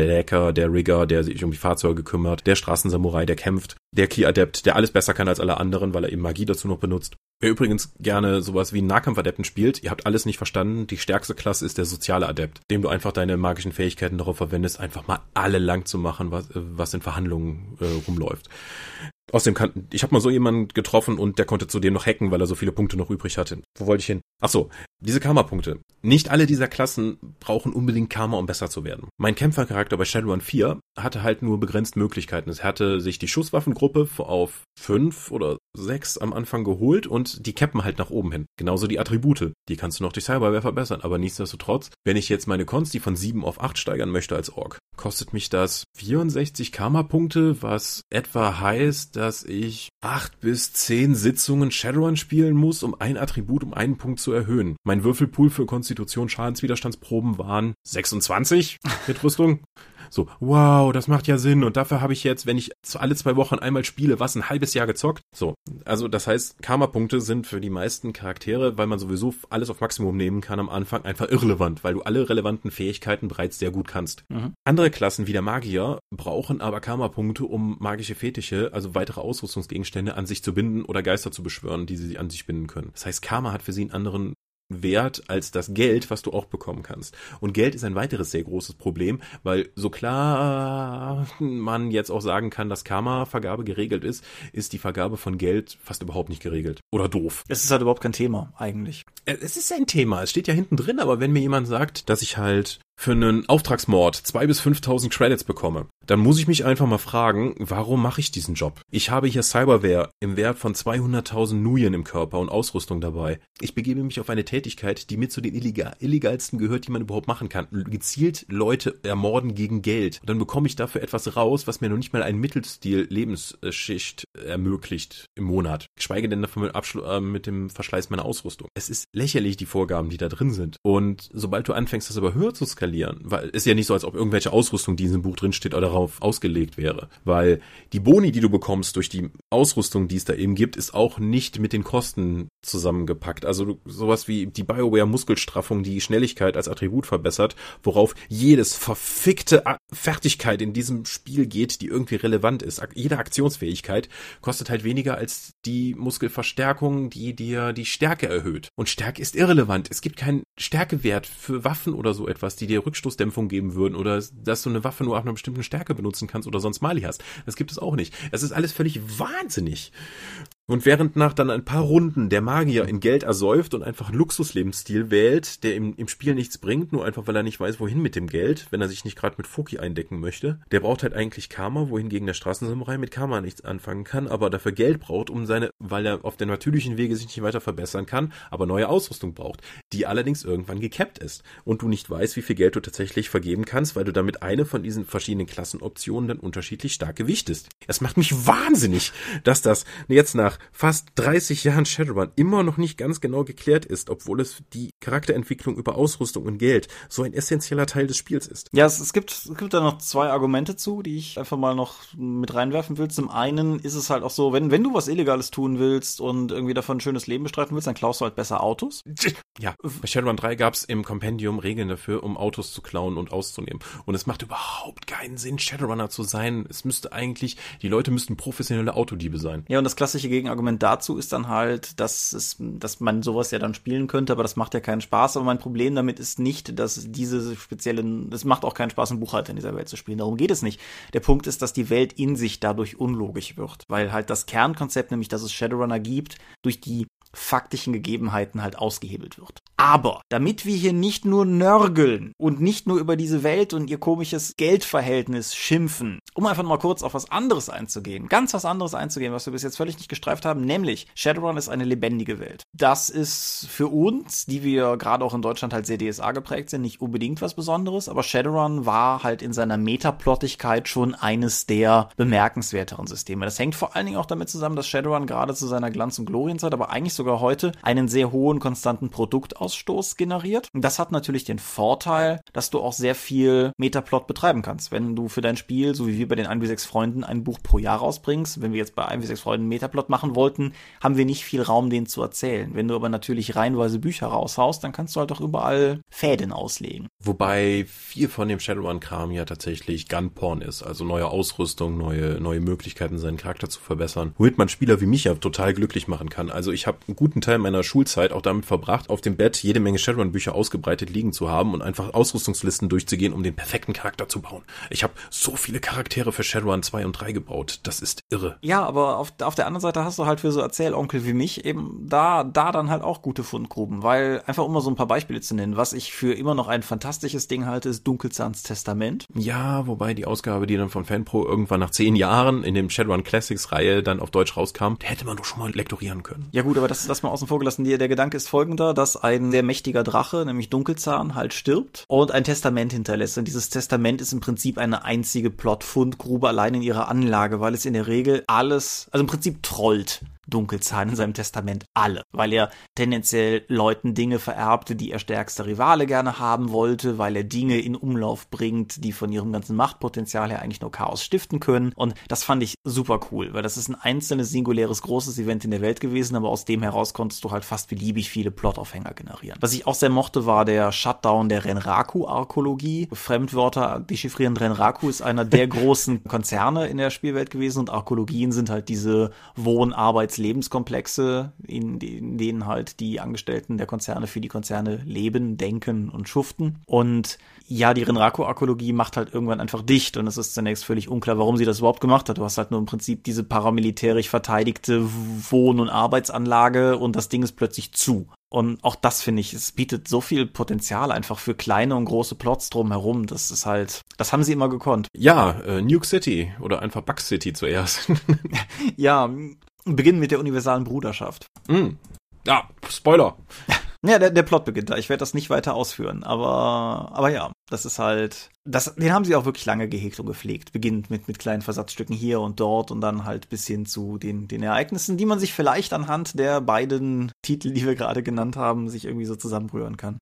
Mechaniker, der Rigger, der sich um die Fahrzeuge kümmert, der Straßensamurai, der kämpft, der Key-Adept, der alles besser kann als alle anderen, weil er eben Magie dazu noch benutzt. Wer übrigens gerne sowas wie einen Nahkampfadepten spielt, ihr habt alles nicht verstanden, die stärkste Klasse ist der soziale Adept, dem du einfach deine magischen Fähigkeiten darauf verwendest, einfach mal alle lang zu machen, was, was in Verhandlungen äh, rumläuft. Außerdem kann, ich habe mal so jemanden getroffen und der konnte zudem noch hacken, weil er so viele Punkte noch übrig hatte. Wo wollte ich hin? Ach so, diese Karma-Punkte. Nicht alle dieser Klassen brauchen unbedingt Karma, um besser zu werden. Mein Kämpfercharakter bei Shadowrun vier hatte halt nur begrenzt Möglichkeiten. Es hatte sich die Schusswaffengruppe auf fünf oder sechs am Anfang geholt und die cappen halt nach oben hin. Genauso die Attribute. Die kannst du noch durch Cyberware verbessern, aber nichtsdestotrotz, wenn ich jetzt meine Consti von sieben auf acht steigern möchte als Ork, kostet mich das vierundsechzig Karma-Punkte, was etwa heißt, dass ich acht bis zehn Sitzungen Shadowrun spielen muss, um ein Attribut um einen Punkt zu erhöhen. Mein Würfelpool für Konstitution Schadenswiderstandsproben waren sechsundzwanzig mit Rüstung. So, wow, das macht ja Sinn und dafür habe ich jetzt, wenn ich alle zwei Wochen einmal spiele, was, ein halbes Jahr gezockt? So, also das heißt, Karma-Punkte sind für die meisten Charaktere, weil man sowieso alles auf Maximum nehmen kann am Anfang, einfach irrelevant, weil du alle relevanten Fähigkeiten bereits sehr gut kannst. Mhm. Andere Klassen wie der Magier brauchen aber Karma-Punkte, um magische Fetische, also weitere Ausrüstungsgegenstände an sich zu binden oder Geister zu beschwören, die sie an sich binden können. Das heißt, Karma hat für sie einen anderen Wert als das Geld, was du auch bekommen kannst. Und Geld ist ein weiteres sehr großes Problem, weil so klar man jetzt auch sagen kann, dass Karma-Vergabe geregelt ist, ist die Vergabe von Geld fast überhaupt nicht geregelt. Oder doof. Es ist halt überhaupt kein Thema, eigentlich. Es ist ein Thema, es steht ja hinten drin, aber wenn mir jemand sagt, dass ich halt für einen Auftragsmord zwei bis fünftausend Credits bekomme, dann muss ich mich einfach mal fragen, warum mache ich diesen Job? Ich habe hier Cyberware im Wert von zweihunderttausend Nuyen im Körper und Ausrüstung dabei. Ich begebe mich auf eine Tätigkeit, die mit zu den illegal, illegalsten gehört, die man überhaupt machen kann. Gezielt Leute ermorden gegen Geld. Und dann bekomme ich dafür etwas raus, was mir noch nicht mal einen Mittelstil-Lebensschicht ermöglicht im Monat. Geschweige denn davon mit, Abschlu- äh, mit dem Verschleiß meiner Ausrüstung. Es ist lächerlich, die Vorgaben, die da drin sind. Und sobald du anfängst, das aber höher zu skalieren, weil es ist ja nicht so, als ob irgendwelche Ausrüstung, die in diesem Buch drin steht, oder darauf ausgelegt wäre. Weil die Boni, die du bekommst durch die Ausrüstung, die es da eben gibt, ist auch nicht mit den Kosten zusammengepackt. Also du, sowas wie die BioWare-Muskelstraffung, die Schnelligkeit als Attribut verbessert, worauf jedes verfickte A- Fertigkeit in diesem Spiel geht, die irgendwie relevant ist. Ak- jede Aktionsfähigkeit kostet halt weniger als die Muskelverstärkung, die dir die Stärke erhöht. Und Stärke ist irrelevant. Es gibt keinen Stärkewert für Waffen oder so etwas, die dir Rückstoßdämpfung geben würden oder dass du eine Waffe nur auf einer bestimmten Stärke benutzen kannst oder sonst Mali hast. Das gibt es auch nicht. Es ist alles völlig wahnsinnig. Und während nach dann ein paar Runden der Magier in Geld ersäuft und einfach einen Luxuslebensstil wählt, der im, im Spiel nichts bringt, nur einfach, weil er nicht weiß, wohin mit dem Geld, wenn er sich nicht gerade mit Foki eindecken möchte, der braucht halt eigentlich Karma, wohingegen der Straßensamurai mit Karma nichts anfangen kann, aber dafür Geld braucht, um seine, weil er auf der natürlichen Wege sich nicht weiter verbessern kann, aber neue Ausrüstung braucht, die allerdings irgendwann gekappt ist und du nicht weißt, wie viel Geld du tatsächlich vergeben kannst, weil du damit eine von diesen verschiedenen Klassenoptionen dann unterschiedlich stark gewichtest. Es macht mich wahnsinnig, dass das jetzt nach fast dreißig Jahren Shadowrun immer noch nicht ganz genau geklärt ist, obwohl es die Charakterentwicklung über Ausrüstung und Geld so ein essentieller Teil des Spiels ist. Ja, es, es gibt es gibt da noch zwei Argumente zu, die ich einfach mal noch mit reinwerfen will. Zum einen ist es halt auch so, wenn wenn du was Illegales tun willst und irgendwie davon ein schönes Leben bestreiten willst, dann klaust du halt besser Autos. Ja, bei Shadowrun drei gab es im Kompendium Regeln dafür, um Autos zu klauen und auszunehmen. Und es macht überhaupt keinen Sinn, Shadowrunner zu sein. Es müsste eigentlich, die Leute müssten professionelle Autodiebe sein. Ja, und das klassische Gegenargument dazu ist dann halt, dass es, dass man sowas ja dann spielen könnte, aber das macht ja keinen Spaß. Aber mein Problem damit ist nicht, dass diese speziellen, es macht auch keinen Spaß, einen Buchhalter in dieser Welt zu spielen. Darum geht es nicht. Der Punkt ist, dass die Welt in sich dadurch unlogisch wird, weil halt das Kernkonzept, nämlich dass es Shadowrunner gibt, durch die faktischen Gegebenheiten halt ausgehebelt wird. Aber damit wir hier nicht nur nörgeln und nicht nur über diese Welt und ihr komisches Geldverhältnis schimpfen, um einfach mal kurz auf was anderes einzugehen, ganz was anderes einzugehen, was wir bis jetzt völlig nicht gestreift haben, nämlich Shadowrun ist eine lebendige Welt. Das ist für uns, die wir gerade auch in Deutschland halt sehr D S A geprägt sind, nicht unbedingt was Besonderes, aber Shadowrun war halt in seiner Metaplottigkeit schon eines der bemerkenswerteren Systeme. Das hängt vor allen Dingen auch damit zusammen, dass Shadowrun gerade zu seiner Glanz- und Glorienzeit, aber eigentlich sogar sogar heute, einen sehr hohen konstanten Produktausstoß generiert. Und das hat natürlich den Vorteil, dass du auch sehr viel Metaplot betreiben kannst. Wenn du für dein Spiel, so wie wir bei den eins bis sechs Freunden, ein Buch pro Jahr rausbringst, wenn wir jetzt bei eins bis sechs Freunden Metaplot machen wollten, haben wir nicht viel Raum, den zu erzählen. Wenn du aber natürlich reihenweise Bücher raushaust, dann kannst du halt auch überall Fäden auslegen. Wobei viel von dem Shadowrun-Kram ja tatsächlich Gunporn ist, also neue Ausrüstung, neue neue Möglichkeiten, seinen Charakter zu verbessern, womit man Spieler wie mich ja total glücklich machen kann. Also ich habe einen guten Teil meiner Schulzeit auch damit verbracht, auf dem Bett jede Menge Shadowrun-Bücher ausgebreitet liegen zu haben und einfach Ausrüstungslisten durchzugehen, um den perfekten Charakter zu bauen. Ich habe so viele Charaktere für Shadowrun zwei und drei gebaut. Das ist irre. Ja, aber auf, auf der anderen Seite hast du halt für so Erzählonkel wie mich eben da, da dann halt auch gute Fundgruben, weil einfach um mal so ein paar Beispiele zu nennen, was ich für immer noch ein fantastisches Ding halte, ist Dunkelzahns Testament. Ja, wobei die Ausgabe, die dann von Fanpro irgendwann nach zehn Jahren in dem Shadowrun Classics Reihe dann auf Deutsch rauskam, der hätte man doch schon mal lektorieren können. Ja gut, aber das lass mal außen vor gelassen. Der, der Gedanke ist folgender, dass ein sehr mächtiger Drache, nämlich Dunkelzahn, halt stirbt und ein Testament hinterlässt. Und dieses Testament ist im Prinzip eine einzige Plot-Fundgrube allein in ihrer Anlage, weil es in der Regel alles, also im Prinzip trollt Dunkelzahn in seinem Testament alle, weil er tendenziell Leuten Dinge vererbte, die er stärkster Rivale gerne haben wollte, weil er Dinge in Umlauf bringt, die von ihrem ganzen Machtpotenzial her eigentlich nur Chaos stiften können. Und das fand ich super cool, weil das ist ein einzelnes, singuläres, großes Event in der Welt gewesen, aber aus dem heraus konntest du halt fast beliebig viele Plotaufhänger generieren. Was ich auch sehr mochte, war der Shutdown der Renraku-Arkologie. Fremdwörter dechiffrieren. Renraku ist einer der großen Konzerne in der Spielwelt gewesen und Arkologien sind halt diese Wohn-, Arbeits-, Lebenskomplexe, in, in denen halt die Angestellten der Konzerne für die Konzerne leben, denken und schuften. Und ja, die Renraku-Arkologie macht halt irgendwann einfach dicht und es ist zunächst völlig unklar, warum sie das überhaupt gemacht hat. Du hast halt nur im Prinzip diese paramilitärisch verteidigte Wohn- und Arbeitsanlage und das Ding ist plötzlich zu. Und auch das finde ich, es bietet so viel Potenzial einfach für kleine und große Plots drumherum. Das ist halt, das haben sie immer gekonnt. Ja, äh, Nuke City oder einfach Bug City zuerst. Ja, beginnen mit der universalen Bruderschaft. Mm. Ja, Spoiler. Ja, der, der Plot beginnt da. Ich werde das nicht weiter ausführen, aber, aber ja, das ist halt, das, den haben sie auch wirklich lange gehegt und gepflegt. Beginnt mit, mit kleinen Versatzstücken hier und dort und dann halt bis hin zu den, den Ereignissen, die man sich vielleicht anhand der beiden Titel, die wir gerade genannt haben, sich irgendwie so zusammenrühren kann.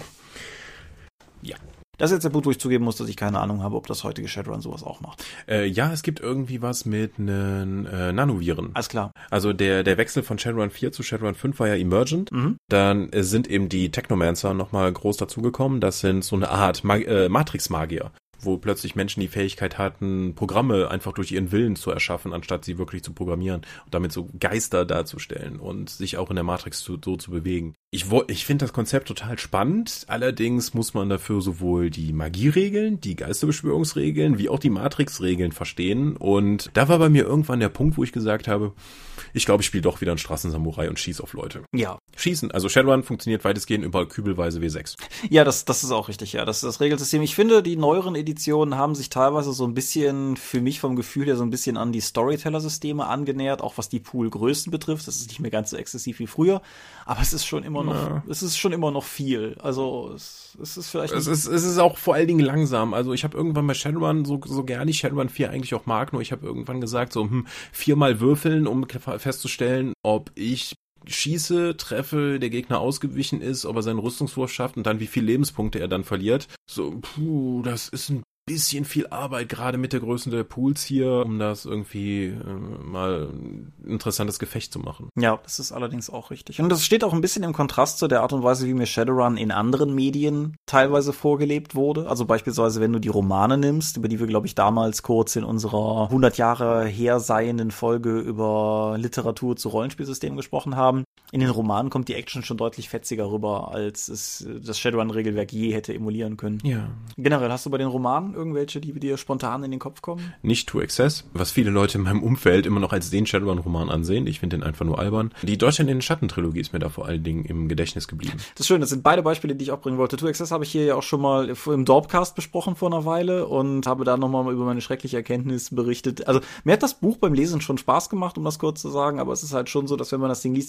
Ja. Das ist jetzt der Punkt, wo ich zugeben muss, dass ich keine Ahnung habe, ob das heutige Shadowrun sowas auch macht. Äh, ja, es gibt irgendwie was mit nen äh, Nanoviren. Alles klar. Also der der Wechsel von Shadowrun vier zu Shadowrun fünf war ja Emergent. Mhm. Dann äh, sind eben die Technomancer nochmal groß dazugekommen. Das sind so eine Art Mag- äh, Matrix-Magier, wo plötzlich Menschen die Fähigkeit hatten, Programme einfach durch ihren Willen zu erschaffen, anstatt sie wirklich zu programmieren und damit so Geister darzustellen und sich auch in der Matrix zu, so zu bewegen. Ich, wo, ich finde das Konzept total spannend, allerdings muss man dafür sowohl die Magieregeln, die Geisterbeschwörungsregeln, wie auch die Matrix-Regeln verstehen und da war bei mir irgendwann der Punkt, wo ich gesagt habe, ich glaube, ich spiele doch wieder einen Straßensamurai und schieß auf Leute. Ja. Schießen, also Shadowrun funktioniert weitestgehend über kübelweise W sechs. Ja, das, das ist auch richtig, ja. Das ist das Regelsystem. Ich finde, die neueren Editionen haben sich teilweise so ein bisschen, für mich vom Gefühl her, so ein bisschen an die Storyteller-Systeme angenähert, auch was die Poolgrößen betrifft. Das ist nicht mehr ganz so exzessiv wie früher, aber es ist schon immer noch, ja. es ist schon immer noch viel. Also, es, es ist vielleicht... Es ist, es ist auch vor allen Dingen langsam. Also, ich habe irgendwann bei Shadowrun, so, so gerne ich Shadowrun vier eigentlich auch mag, nur ich habe irgendwann gesagt, so, hm, viermal würfeln, um festzustellen, ob ich schieße, treffe, der Gegner ausgewichen ist, ob er seinen Rüstungswurf schafft und dann wie viele Lebenspunkte er dann verliert. So, puh, das ist ein bisschen viel Arbeit, gerade mit der Größe der Pools hier, um das irgendwie äh, mal ein interessantes Gefecht zu machen. Ja, das ist allerdings auch richtig. Und das steht auch ein bisschen im Kontrast zu der Art und Weise, wie mir Shadowrun in anderen Medien teilweise vorgelebt wurde. Also beispielsweise, wenn du die Romane nimmst, über die wir, glaube ich, damals kurz in unserer hundert Jahre her seienden Folge über Literatur zu Rollenspielsystemen gesprochen haben. In den Romanen kommt die Action schon deutlich fetziger rüber, als es das Shadowrun-Regelwerk je hätte emulieren können. Ja. Generell, hast du bei den Romanen irgendwelche, die dir spontan in den Kopf kommen? Nicht To Excess, was viele Leute in meinem Umfeld immer noch als den Shadowrun-Roman ansehen. Ich finde den einfach nur albern. Die Deutschland in den Schatten-Trilogie ist mir da vor allen Dingen im Gedächtnis geblieben. Das ist schön, das sind beide Beispiele, die ich auch bringen wollte. To Excess habe ich hier ja auch schon mal im Dorpcast besprochen vor einer Weile und habe da nochmal über meine schreckliche Erkenntnis berichtet. Also mir hat das Buch beim Lesen schon Spaß gemacht, um das kurz zu sagen, aber es ist halt schon so, dass wenn man das Ding liest, erstens ist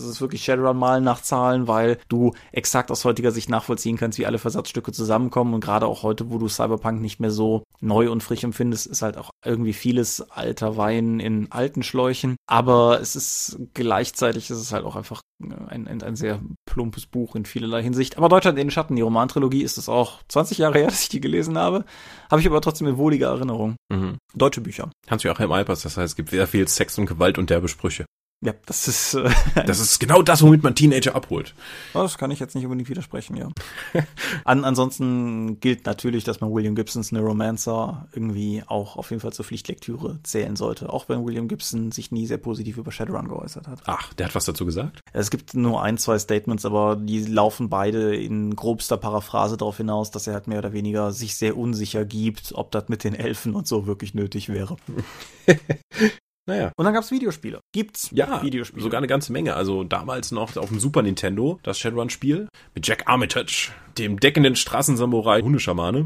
ist wirklich Shadowrun malen nach Zahlen, weil du exakt aus heutiger Sicht nachvollziehen kannst, wie alle Versatzstücke zusammenkommen. Und gerade auch heute, wo du Cyberpunk nicht mehr so neu und frisch empfindest, ist halt auch irgendwie vieles alter Wein in alten Schläuchen. Aber es ist gleichzeitig, ist es halt auch einfach ein, ein, ein sehr plumpes Buch in vielerlei Hinsicht. Aber Deutschland in den Schatten, die Romantrilogie, ist es auch zwanzig Jahre her, dass ich die gelesen habe. Habe ich aber trotzdem in wohliger Erinnerung. Mhm. Deutsche Bücher. Hans-Joachim Albers, das heißt, es gibt sehr viel Sex und Gewalt und derbe Sprüche. Ja, das ist... Äh, das ist genau das, womit man Teenager abholt. Das kann ich jetzt nicht unbedingt widersprechen, ja. An, ansonsten gilt natürlich, dass man William Gibsons Neuromancer irgendwie auch auf jeden Fall zur Pflichtlektüre zählen sollte. Auch wenn William Gibson sich nie sehr positiv über Shadowrun geäußert hat. Ach, der hat was dazu gesagt? Es gibt nur ein, zwei Statements, aber die laufen beide in grobster Paraphrase darauf hinaus, dass er halt mehr oder weniger sich sehr unsicher gibt, ob das mit den Elfen und so wirklich nötig wäre. Naja. Und dann gab's Videospiele. Gibt's ja, Videospiele. Sogar eine ganze Menge. Also damals noch auf dem Super Nintendo, das Shadowrun-Spiel mit Jack Armitage, dem deckenden Straßensamurai Hundeschamane.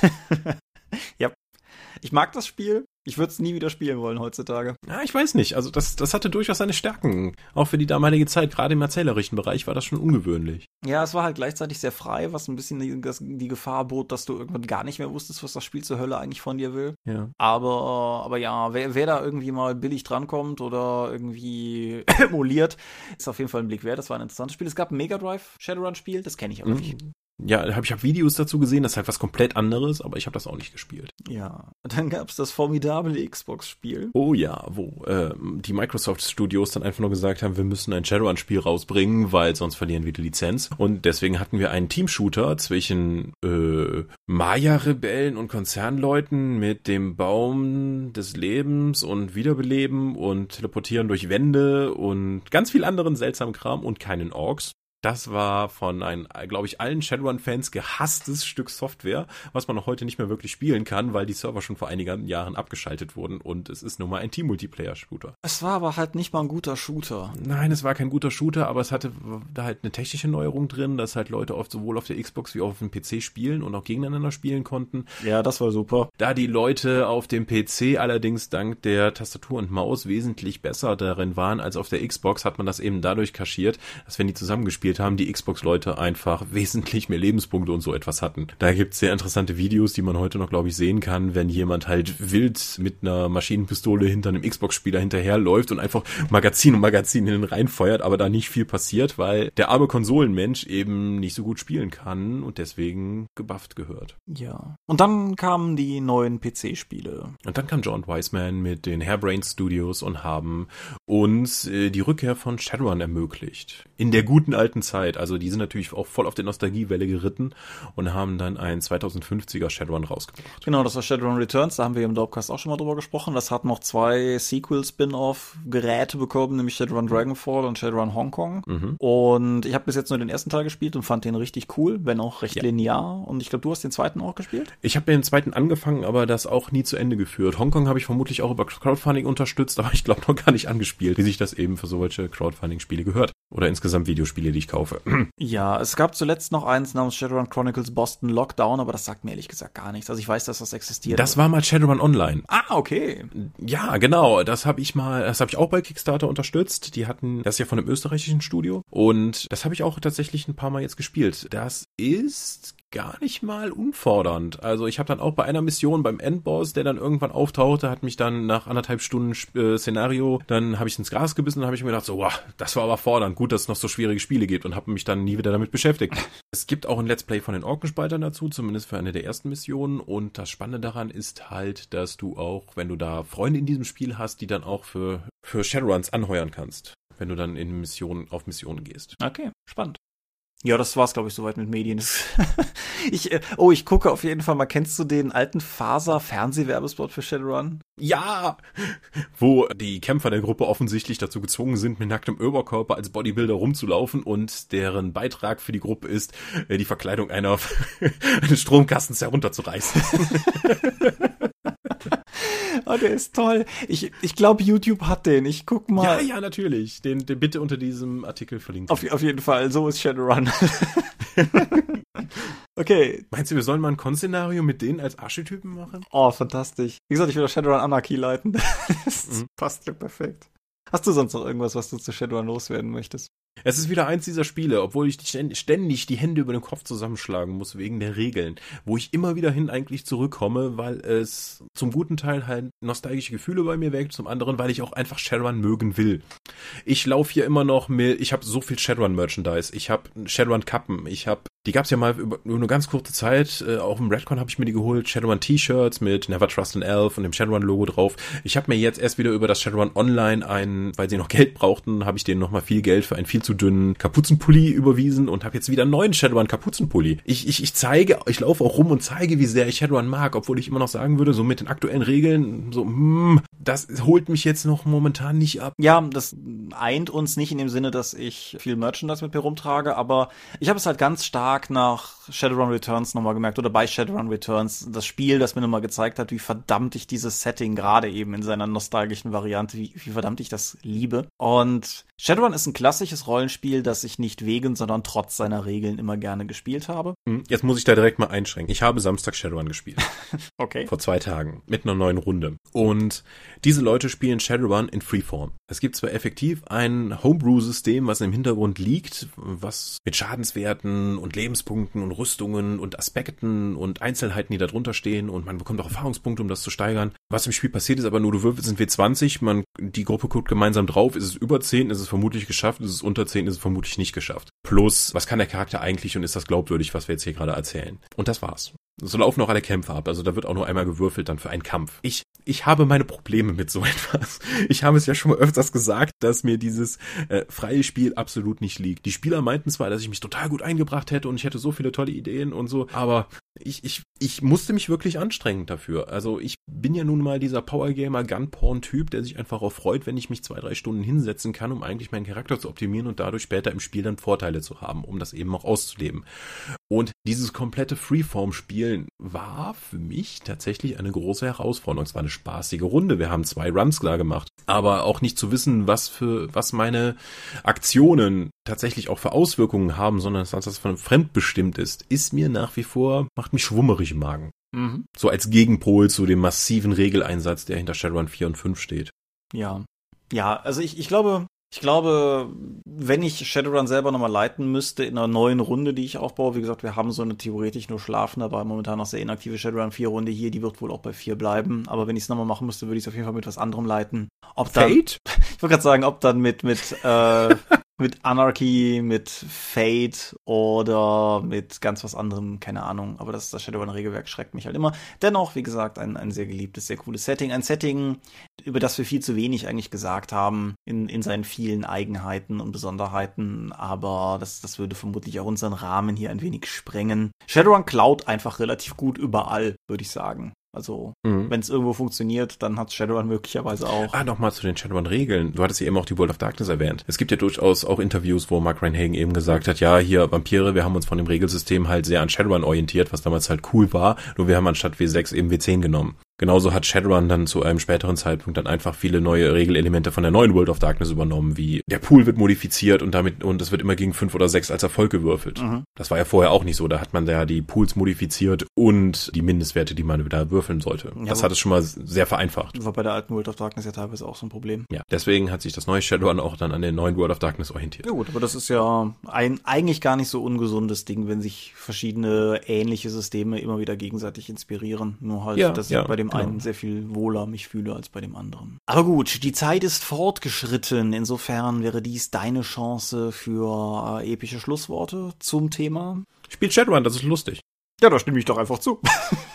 Ja, ich mag das Spiel. Ich würde es nie wieder spielen wollen heutzutage. Ja, ich weiß nicht. Also das, das hatte durchaus seine Stärken. Auch für die damalige Zeit. Gerade im erzählerischen Bereich war das schon ungewöhnlich. Ja, es war halt gleichzeitig sehr frei, was ein bisschen die, das, die Gefahr bot, dass du irgendwann gar nicht mehr wusstest, was das Spiel zur Hölle eigentlich von dir will. Ja. Aber, aber ja, wer, wer da irgendwie mal billig drankommt oder irgendwie emuliert, ist auf jeden Fall ein Blick wert. Das war ein interessantes Spiel. Es gab ein Mega Drive Shadowrun-Spiel, das kenne ich aber nicht. Mhm. Ja, hab, ich habe Videos dazu gesehen, das ist halt was komplett anderes, aber ich habe das auch nicht gespielt. Ja, dann gab's das formidable Xbox-Spiel. Oh ja, wo äh, die Microsoft-Studios dann einfach nur gesagt haben, wir müssen ein Shadowrun-Spiel rausbringen, weil sonst verlieren wir die Lizenz. Und deswegen hatten wir einen Team-Shooter zwischen äh, Maya-Rebellen und Konzernleuten mit dem Baum des Lebens und Wiederbeleben und Teleportieren durch Wände und ganz viel anderen seltsamen Kram und keinen Orks. Das war von ein, glaube ich, allen Shadowrun-Fans gehasstes Stück Software, was man noch heute nicht mehr wirklich spielen kann, weil die Server schon vor einigen Jahren abgeschaltet wurden und es ist nun mal ein Team-Multiplayer-Shooter. Es war aber halt nicht mal ein guter Shooter. Nein, es war kein guter Shooter, aber es hatte da halt eine technische Neuerung drin, dass halt Leute oft sowohl auf der Xbox wie auch auf dem P C spielen und auch gegeneinander spielen konnten. Ja, das war super. Da die Leute auf dem P C allerdings dank der Tastatur und Maus wesentlich besser darin waren als auf der Xbox, hat man das eben dadurch kaschiert, dass wenn die zusammengespielt haben, die Xbox-Leute einfach wesentlich mehr Lebenspunkte und so etwas hatten. Da gibt's sehr interessante Videos, die man heute noch, glaube ich, sehen kann, wenn jemand halt wild mit einer Maschinenpistole hinter einem Xbox-Spieler hinterherläuft und einfach Magazin und Magazin in den reinfeuert, aber da nicht viel passiert, weil der arme Konsolenmensch eben nicht so gut spielen kann und deswegen gebufft gehört. Ja. Und dann kamen die neuen P C-Spiele. Und dann kam John Wiseman mit den Hairbrain Studios und haben uns äh, die Rückkehr von Shadowrun ermöglicht. In der guten alten Zeit. Also die sind natürlich auch voll auf der Nostalgiewelle geritten und haben dann ein zweitausendfünfziger Shadowrun rausgebracht. Genau, das war Shadowrun Returns, da haben wir im Dorpcast auch schon mal drüber gesprochen. Das hat noch zwei Sequel-Spin-Off-Geräte bekommen, nämlich Shadowrun Dragonfall und Shadowrun Hong Kong. Mhm. Und ich habe bis jetzt nur den ersten Teil gespielt und fand den richtig cool, wenn auch recht ja. linear. Und ich glaube, du hast den zweiten auch gespielt? Ich habe den zweiten angefangen, aber das auch nie zu Ende geführt. Hongkong habe ich vermutlich auch über Crowdfunding unterstützt, aber ich glaube noch gar nicht angespielt, wie sich das eben für solche Crowdfunding-Spiele gehört. Oder insgesamt Videospiele, die ich kaufe. Ja, es gab zuletzt noch eins namens Shadowrun Chronicles Boston Lockdown, aber das sagt mir ehrlich gesagt gar nichts. Also ich weiß, dass das existiert. Das war mal Shadowrun Online. Ah, okay. Ja, genau. Das habe ich mal, das habe ich auch bei Kickstarter unterstützt. Die hatten, das ist ja von einem österreichischen Studio. Und das habe ich auch tatsächlich ein paar Mal jetzt gespielt. Das ist gar nicht mal unfordernd. Also ich habe dann auch bei einer Mission beim Endboss, der dann irgendwann auftauchte, hat mich dann nach anderthalb Stunden äh, Szenario, dann habe ich ins Gras gebissen und habe ich mir gedacht, so, wow, das war aber fordernd. Gut, dass es noch so schwierige Spiele gibt und habe mich dann nie wieder damit beschäftigt. Es gibt auch ein Let's Play von den Orkenspaltern dazu, zumindest für eine der ersten Missionen. Und das Spannende daran ist halt, dass du auch, wenn du da Freunde in diesem Spiel hast, die dann auch für, für Shadowruns anheuern kannst, wenn du dann in Missionen auf Missionen gehst. Okay, spannend. Ja, das war's, glaube ich, soweit mit Medien. ich, äh, oh, ich gucke auf jeden Fall mal. Kennst du den alten Faser-Fernsehwerbespot für Shadowrun? Ja! Wo die Kämpfer der Gruppe offensichtlich dazu gezwungen sind, mit nacktem Oberkörper als Bodybuilder rumzulaufen und deren Beitrag für die Gruppe ist, die Verkleidung einer eines Stromkastens herunterzureißen. Oh, der ist toll. Ich, ich glaube, YouTube hat den. Ich guck mal. Ja, ja, natürlich. Den, den bitte unter diesem Artikel verlinken. Auf, auf jeden Fall. So ist Shadowrun. Okay. Meinst du, wir sollen mal ein Con-Szenario mit denen als Archetypen machen? Oh, fantastisch. Wie gesagt, ich will das Shadowrun Anarchy leiten. Das mhm. passt ja perfekt. Hast du sonst noch irgendwas, was du zu Shadowrun loswerden möchtest? Es ist wieder eins dieser Spiele, obwohl ich ständig die Hände über den Kopf zusammenschlagen muss wegen der Regeln, wo ich immer wieder hin eigentlich zurückkomme, weil es zum guten Teil halt nostalgische Gefühle bei mir weckt, zum anderen, weil ich auch einfach Shadowrun mögen will. Ich laufe hier immer noch mit, ich habe so viel Shadowrun-Merchandise, ich habe Shadowrun-Kappen, ich habe, die gab's ja mal über nur eine ganz kurze Zeit, äh, auch im Redcon habe ich mir die geholt, Shadowrun-T-Shirts mit Never Trust an Elf und dem Shadowrun-Logo drauf. Ich habe mir jetzt erst wieder über das Shadowrun Online ein, weil sie noch Geld brauchten, habe ich denen nochmal viel Geld für einen viel zu dünnen Kapuzenpulli überwiesen und habe jetzt wieder einen neuen Shadowrun Kapuzenpulli. Ich, ich, ich zeige, ich laufe auch rum und zeige, wie sehr ich Shadowrun mag, obwohl ich immer noch sagen würde, so mit den aktuellen Regeln, so, hm, das holt mich jetzt noch momentan nicht ab. Ja, das eint uns nicht in dem Sinne, dass ich viel Merchandise mit mir rumtrage, aber ich habe es halt ganz stark nach Shadowrun Returns nochmal gemerkt, oder bei Shadowrun Returns, das Spiel, das mir nochmal gezeigt hat, wie verdammt ich dieses Setting gerade eben in seiner nostalgischen Variante, wie, wie verdammt ich das liebe. Und Shadowrun ist ein klassisches Rollenspiel, das ich nicht wegen, sondern trotz seiner Regeln immer gerne gespielt habe. Jetzt muss ich da direkt mal einschränken. Ich habe Samstag Shadowrun gespielt. Okay. Vor zwei Tagen. Mit einer neuen Runde. Und diese Leute spielen Shadowrun in Freeform. Es gibt zwar effektiv ein Homebrew-System, was im Hintergrund liegt, was mit Schadenswerten und Lebenspunkten und Rüstungen und Aspekten und Einzelheiten, die da drunter stehen, und man bekommt auch Erfahrungspunkte, um das zu steigern. Was im Spiel passiert ist aber nur, du würfelst in W zwanzig, man, die Gruppe guckt gemeinsam drauf, ist es über zehn, ist es vermutlich geschafft, ist es unter zehn, ist es vermutlich nicht geschafft. Plus, was kann der Charakter eigentlich und ist das glaubwürdig, was wir jetzt hier gerade erzählen? Und das war's. So laufen auch alle Kämpfe ab, also da wird auch nur einmal gewürfelt dann für einen Kampf. Ich, ich habe meine Probleme mit so etwas. Ich habe es ja schon mal öfters gesagt, dass mir dieses äh, freie Spiel absolut nicht liegt. Die Spieler meinten zwar, dass ich mich total gut eingebracht hätte und ich hätte so viele tolle Ideen und so, aber ich, ich, ich musste mich wirklich anstrengen dafür. Also ich bin ja nun mal dieser Powergamer Gunporn-Typ, der sich einfach auch freut, wenn ich mich zwei, drei Stunden hinsetzen kann, um eigentlich meinen Charakter zu optimieren und dadurch später im Spiel dann Vorteile zu haben, um das eben auch auszuleben. Und dieses komplette Freeform-Spiel war für mich tatsächlich eine große Herausforderung. Es war eine spaßige Runde. Wir haben zwei Runs klar gemacht. Aber auch nicht zu wissen, was für, was meine Aktionen tatsächlich auch für Auswirkungen haben, sondern dass das von fremdbestimmt ist, ist mir nach wie vor, macht mich schwummerig im Magen. Mhm. So als Gegenpol zu dem massiven Regeleinsatz, der hinter Shadowrun vier und fünf steht. Ja. Ja, also ich, ich glaube, Ich glaube, wenn ich Shadowrun selber nochmal leiten müsste in einer neuen Runde, die ich aufbaue, wie gesagt, wir haben so eine theoretisch nur schlafen, aber momentan noch sehr inaktive Shadowrun vier Runde hier, die wird wohl auch bei vier bleiben, aber wenn ich es nochmal machen müsste, würde ich es auf jeden Fall mit was anderem leiten. Ob dann, Fate? Ich wollte gerade sagen, ob dann mit, mit, äh, mit Anarchy, mit Fate oder mit ganz was anderem, keine Ahnung, aber das, das Shadowrun-Regelwerk schreckt mich halt immer. Dennoch, wie gesagt, ein, ein sehr geliebtes, sehr cooles Setting, ein Setting, über das wir viel zu wenig eigentlich gesagt haben, in, in seinen vielen Eigenheiten und Besonderheiten, aber das, das würde vermutlich auch unseren Rahmen hier ein wenig sprengen. Shadowrun klaut einfach relativ gut überall, würde ich sagen. Also, mhm. wenn es irgendwo funktioniert, dann hat Shadowrun möglicherweise auch. Ah, nochmal zu den Shadowrun-Regeln. Du hattest ja eben auch die World of Darkness erwähnt. Es gibt ja durchaus auch Interviews, wo Mark Rein-Hagen eben gesagt hat, ja, hier Vampire, wir haben uns von dem Regelsystem halt sehr an Shadowrun orientiert, was damals halt cool war, nur wir haben anstatt W sechs eben W zehn genommen. Genauso hat Shadowrun dann zu einem späteren Zeitpunkt dann einfach viele neue Regelelemente von der neuen World of Darkness übernommen, wie der Pool wird modifiziert und damit und es wird immer gegen fünf oder sechs als Erfolg gewürfelt. Mhm. Das war ja vorher auch nicht so. Da hat man ja die Pools modifiziert und die Mindestwerte, die man da würfeln sollte. Ja, das hat es schon mal sehr vereinfacht. War bei der alten World of Darkness ja teilweise auch so ein Problem. Ja, deswegen hat sich das neue Shadowrun auch dann an der neuen World of Darkness orientiert. Ja gut, aber das ist ja ein eigentlich gar nicht so ungesundes Ding, wenn sich verschiedene ähnliche Systeme immer wieder gegenseitig inspirieren. Nur halt, ja, dass ja, ich bei dem genau. einen sehr viel wohler mich fühle als bei dem anderen. Aber gut, die Zeit ist fortgeschritten. Insofern wäre dies deine Chance für äh, epische Schlussworte zum Thema. Spielt Shadowrun, das ist lustig. Ja, da stimme ich doch einfach zu.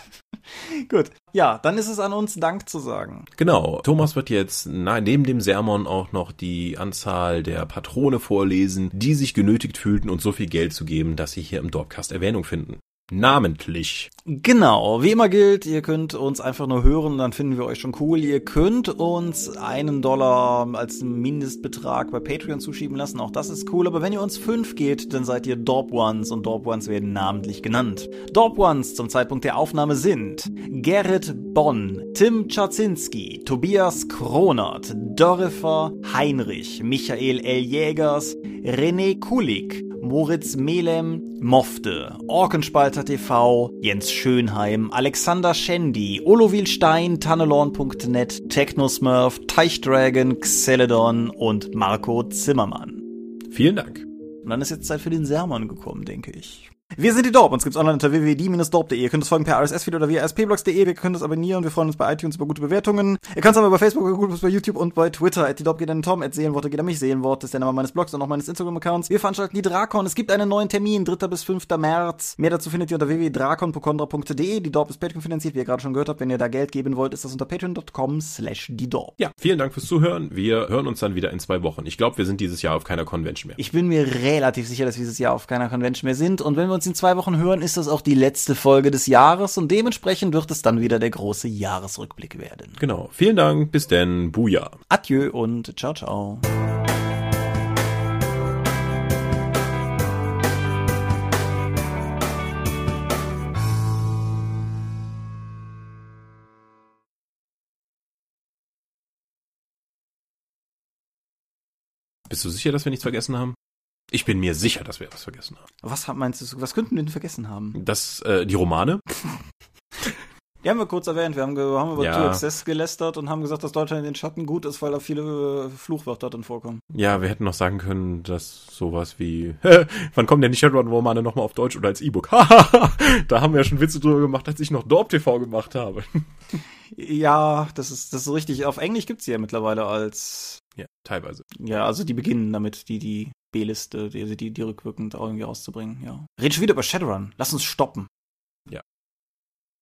Gut, ja, dann ist es an uns, Dank zu sagen. Genau, Thomas wird jetzt na, neben dem Sermon auch noch die Anzahl der Patrone vorlesen, die sich genötigt fühlten, uns so viel Geld zu geben, dass sie hier im Dorpcast Erwähnung finden. Namentlich. Genau, wie immer gilt, ihr könnt uns einfach nur hören, dann finden wir euch schon cool. Ihr könnt uns einen Dollar als Mindestbetrag bei Patreon zuschieben lassen, auch das ist cool. Aber wenn ihr uns fünf gebt, dann seid ihr Dorp Ones und Dorp Ones werden namentlich genannt. Dorp Ones zum Zeitpunkt der Aufnahme sind Gerrit Bonn, Tim Czacinski, Tobias Kronert, Dörfer Heinrich, Michael L. Jägers, René Kulik, Moritz Melem, Mofte, Orkenspalter T V, Jens Schönheim, Alexander Schendi, Olovil Stein, Tannelorn Punkt net, Technosmurf, Teichdragon, Xeledon und Marco Zimmermann. Vielen Dank. Und dann ist jetzt Zeit für den Sermon gekommen, denke ich. Wir sind die Dorp, uns gibt's online unter w w w punkt die Bindestrich dorp punkt de. Ihr könnt uns folgen per R S S-Feed oder via r s p blogs punkt de. Wir können uns abonnieren, wir freuen uns bei iTunes über gute Bewertungen. Ihr könnt es aber bei Facebook, bei Google, bei YouTube und bei Twitter. At die Dorp geht an den Tom, at Seelenworte geht an mich. Seelenwort ist der Name meines Blogs und auch meines Instagram-Accounts. Wir veranstalten die Drakon. Es gibt einen neuen Termin, dritter bis fünfter März. Mehr dazu findet ihr unter w w w punkt drakon punkt pokondra punkt de. Die Dorp ist Patreon finanziert, wie ihr gerade schon gehört habt. Wenn ihr da Geld geben wollt, ist das unter patreon punkt com slash die Dorp. Ja, vielen Dank fürs Zuhören. Wir hören uns dann wieder in zwei Wochen. Ich glaube, wir sind dieses Jahr auf keiner Convention mehr. Ich bin mir relativ sicher, dass wir dieses Jahr auf keiner Convention mehr sind. Und wenn wir uns in zwei Wochen hören, ist das auch die letzte Folge des Jahres und dementsprechend wird es dann wieder der große Jahresrückblick werden. Genau. Vielen Dank. Bis denn. Buja. Adieu und ciao, ciao. Bist du sicher, dass wir nichts vergessen haben? Ich bin mir sicher, dass wir was vergessen haben. Was meinst du, was könnten wir denn vergessen haben? Das, äh, die Romane? Die haben wir kurz erwähnt. Wir haben, ge- haben über Ja. Two Access gelästert und haben gesagt, dass Deutschland in den Schatten gut ist, weil da viele äh, Fluchwörter drin vorkommen. Ja, wir hätten noch sagen können, dass sowas wie, wann kommen denn die Shadowrun-Romane nochmal auf Deutsch oder als E-Book? Da haben wir ja schon Witze drüber gemacht, als ich noch Dorp T V gemacht habe. Ja, das ist, das ist richtig. Auf Englisch gibt's sie ja mittlerweile als, Ja, teilweise. ja, also die beginnen damit, die, die B-Liste, die, die, die rückwirkend irgendwie rauszubringen, ja. Red schon wieder über Shadowrun. Lass uns stoppen.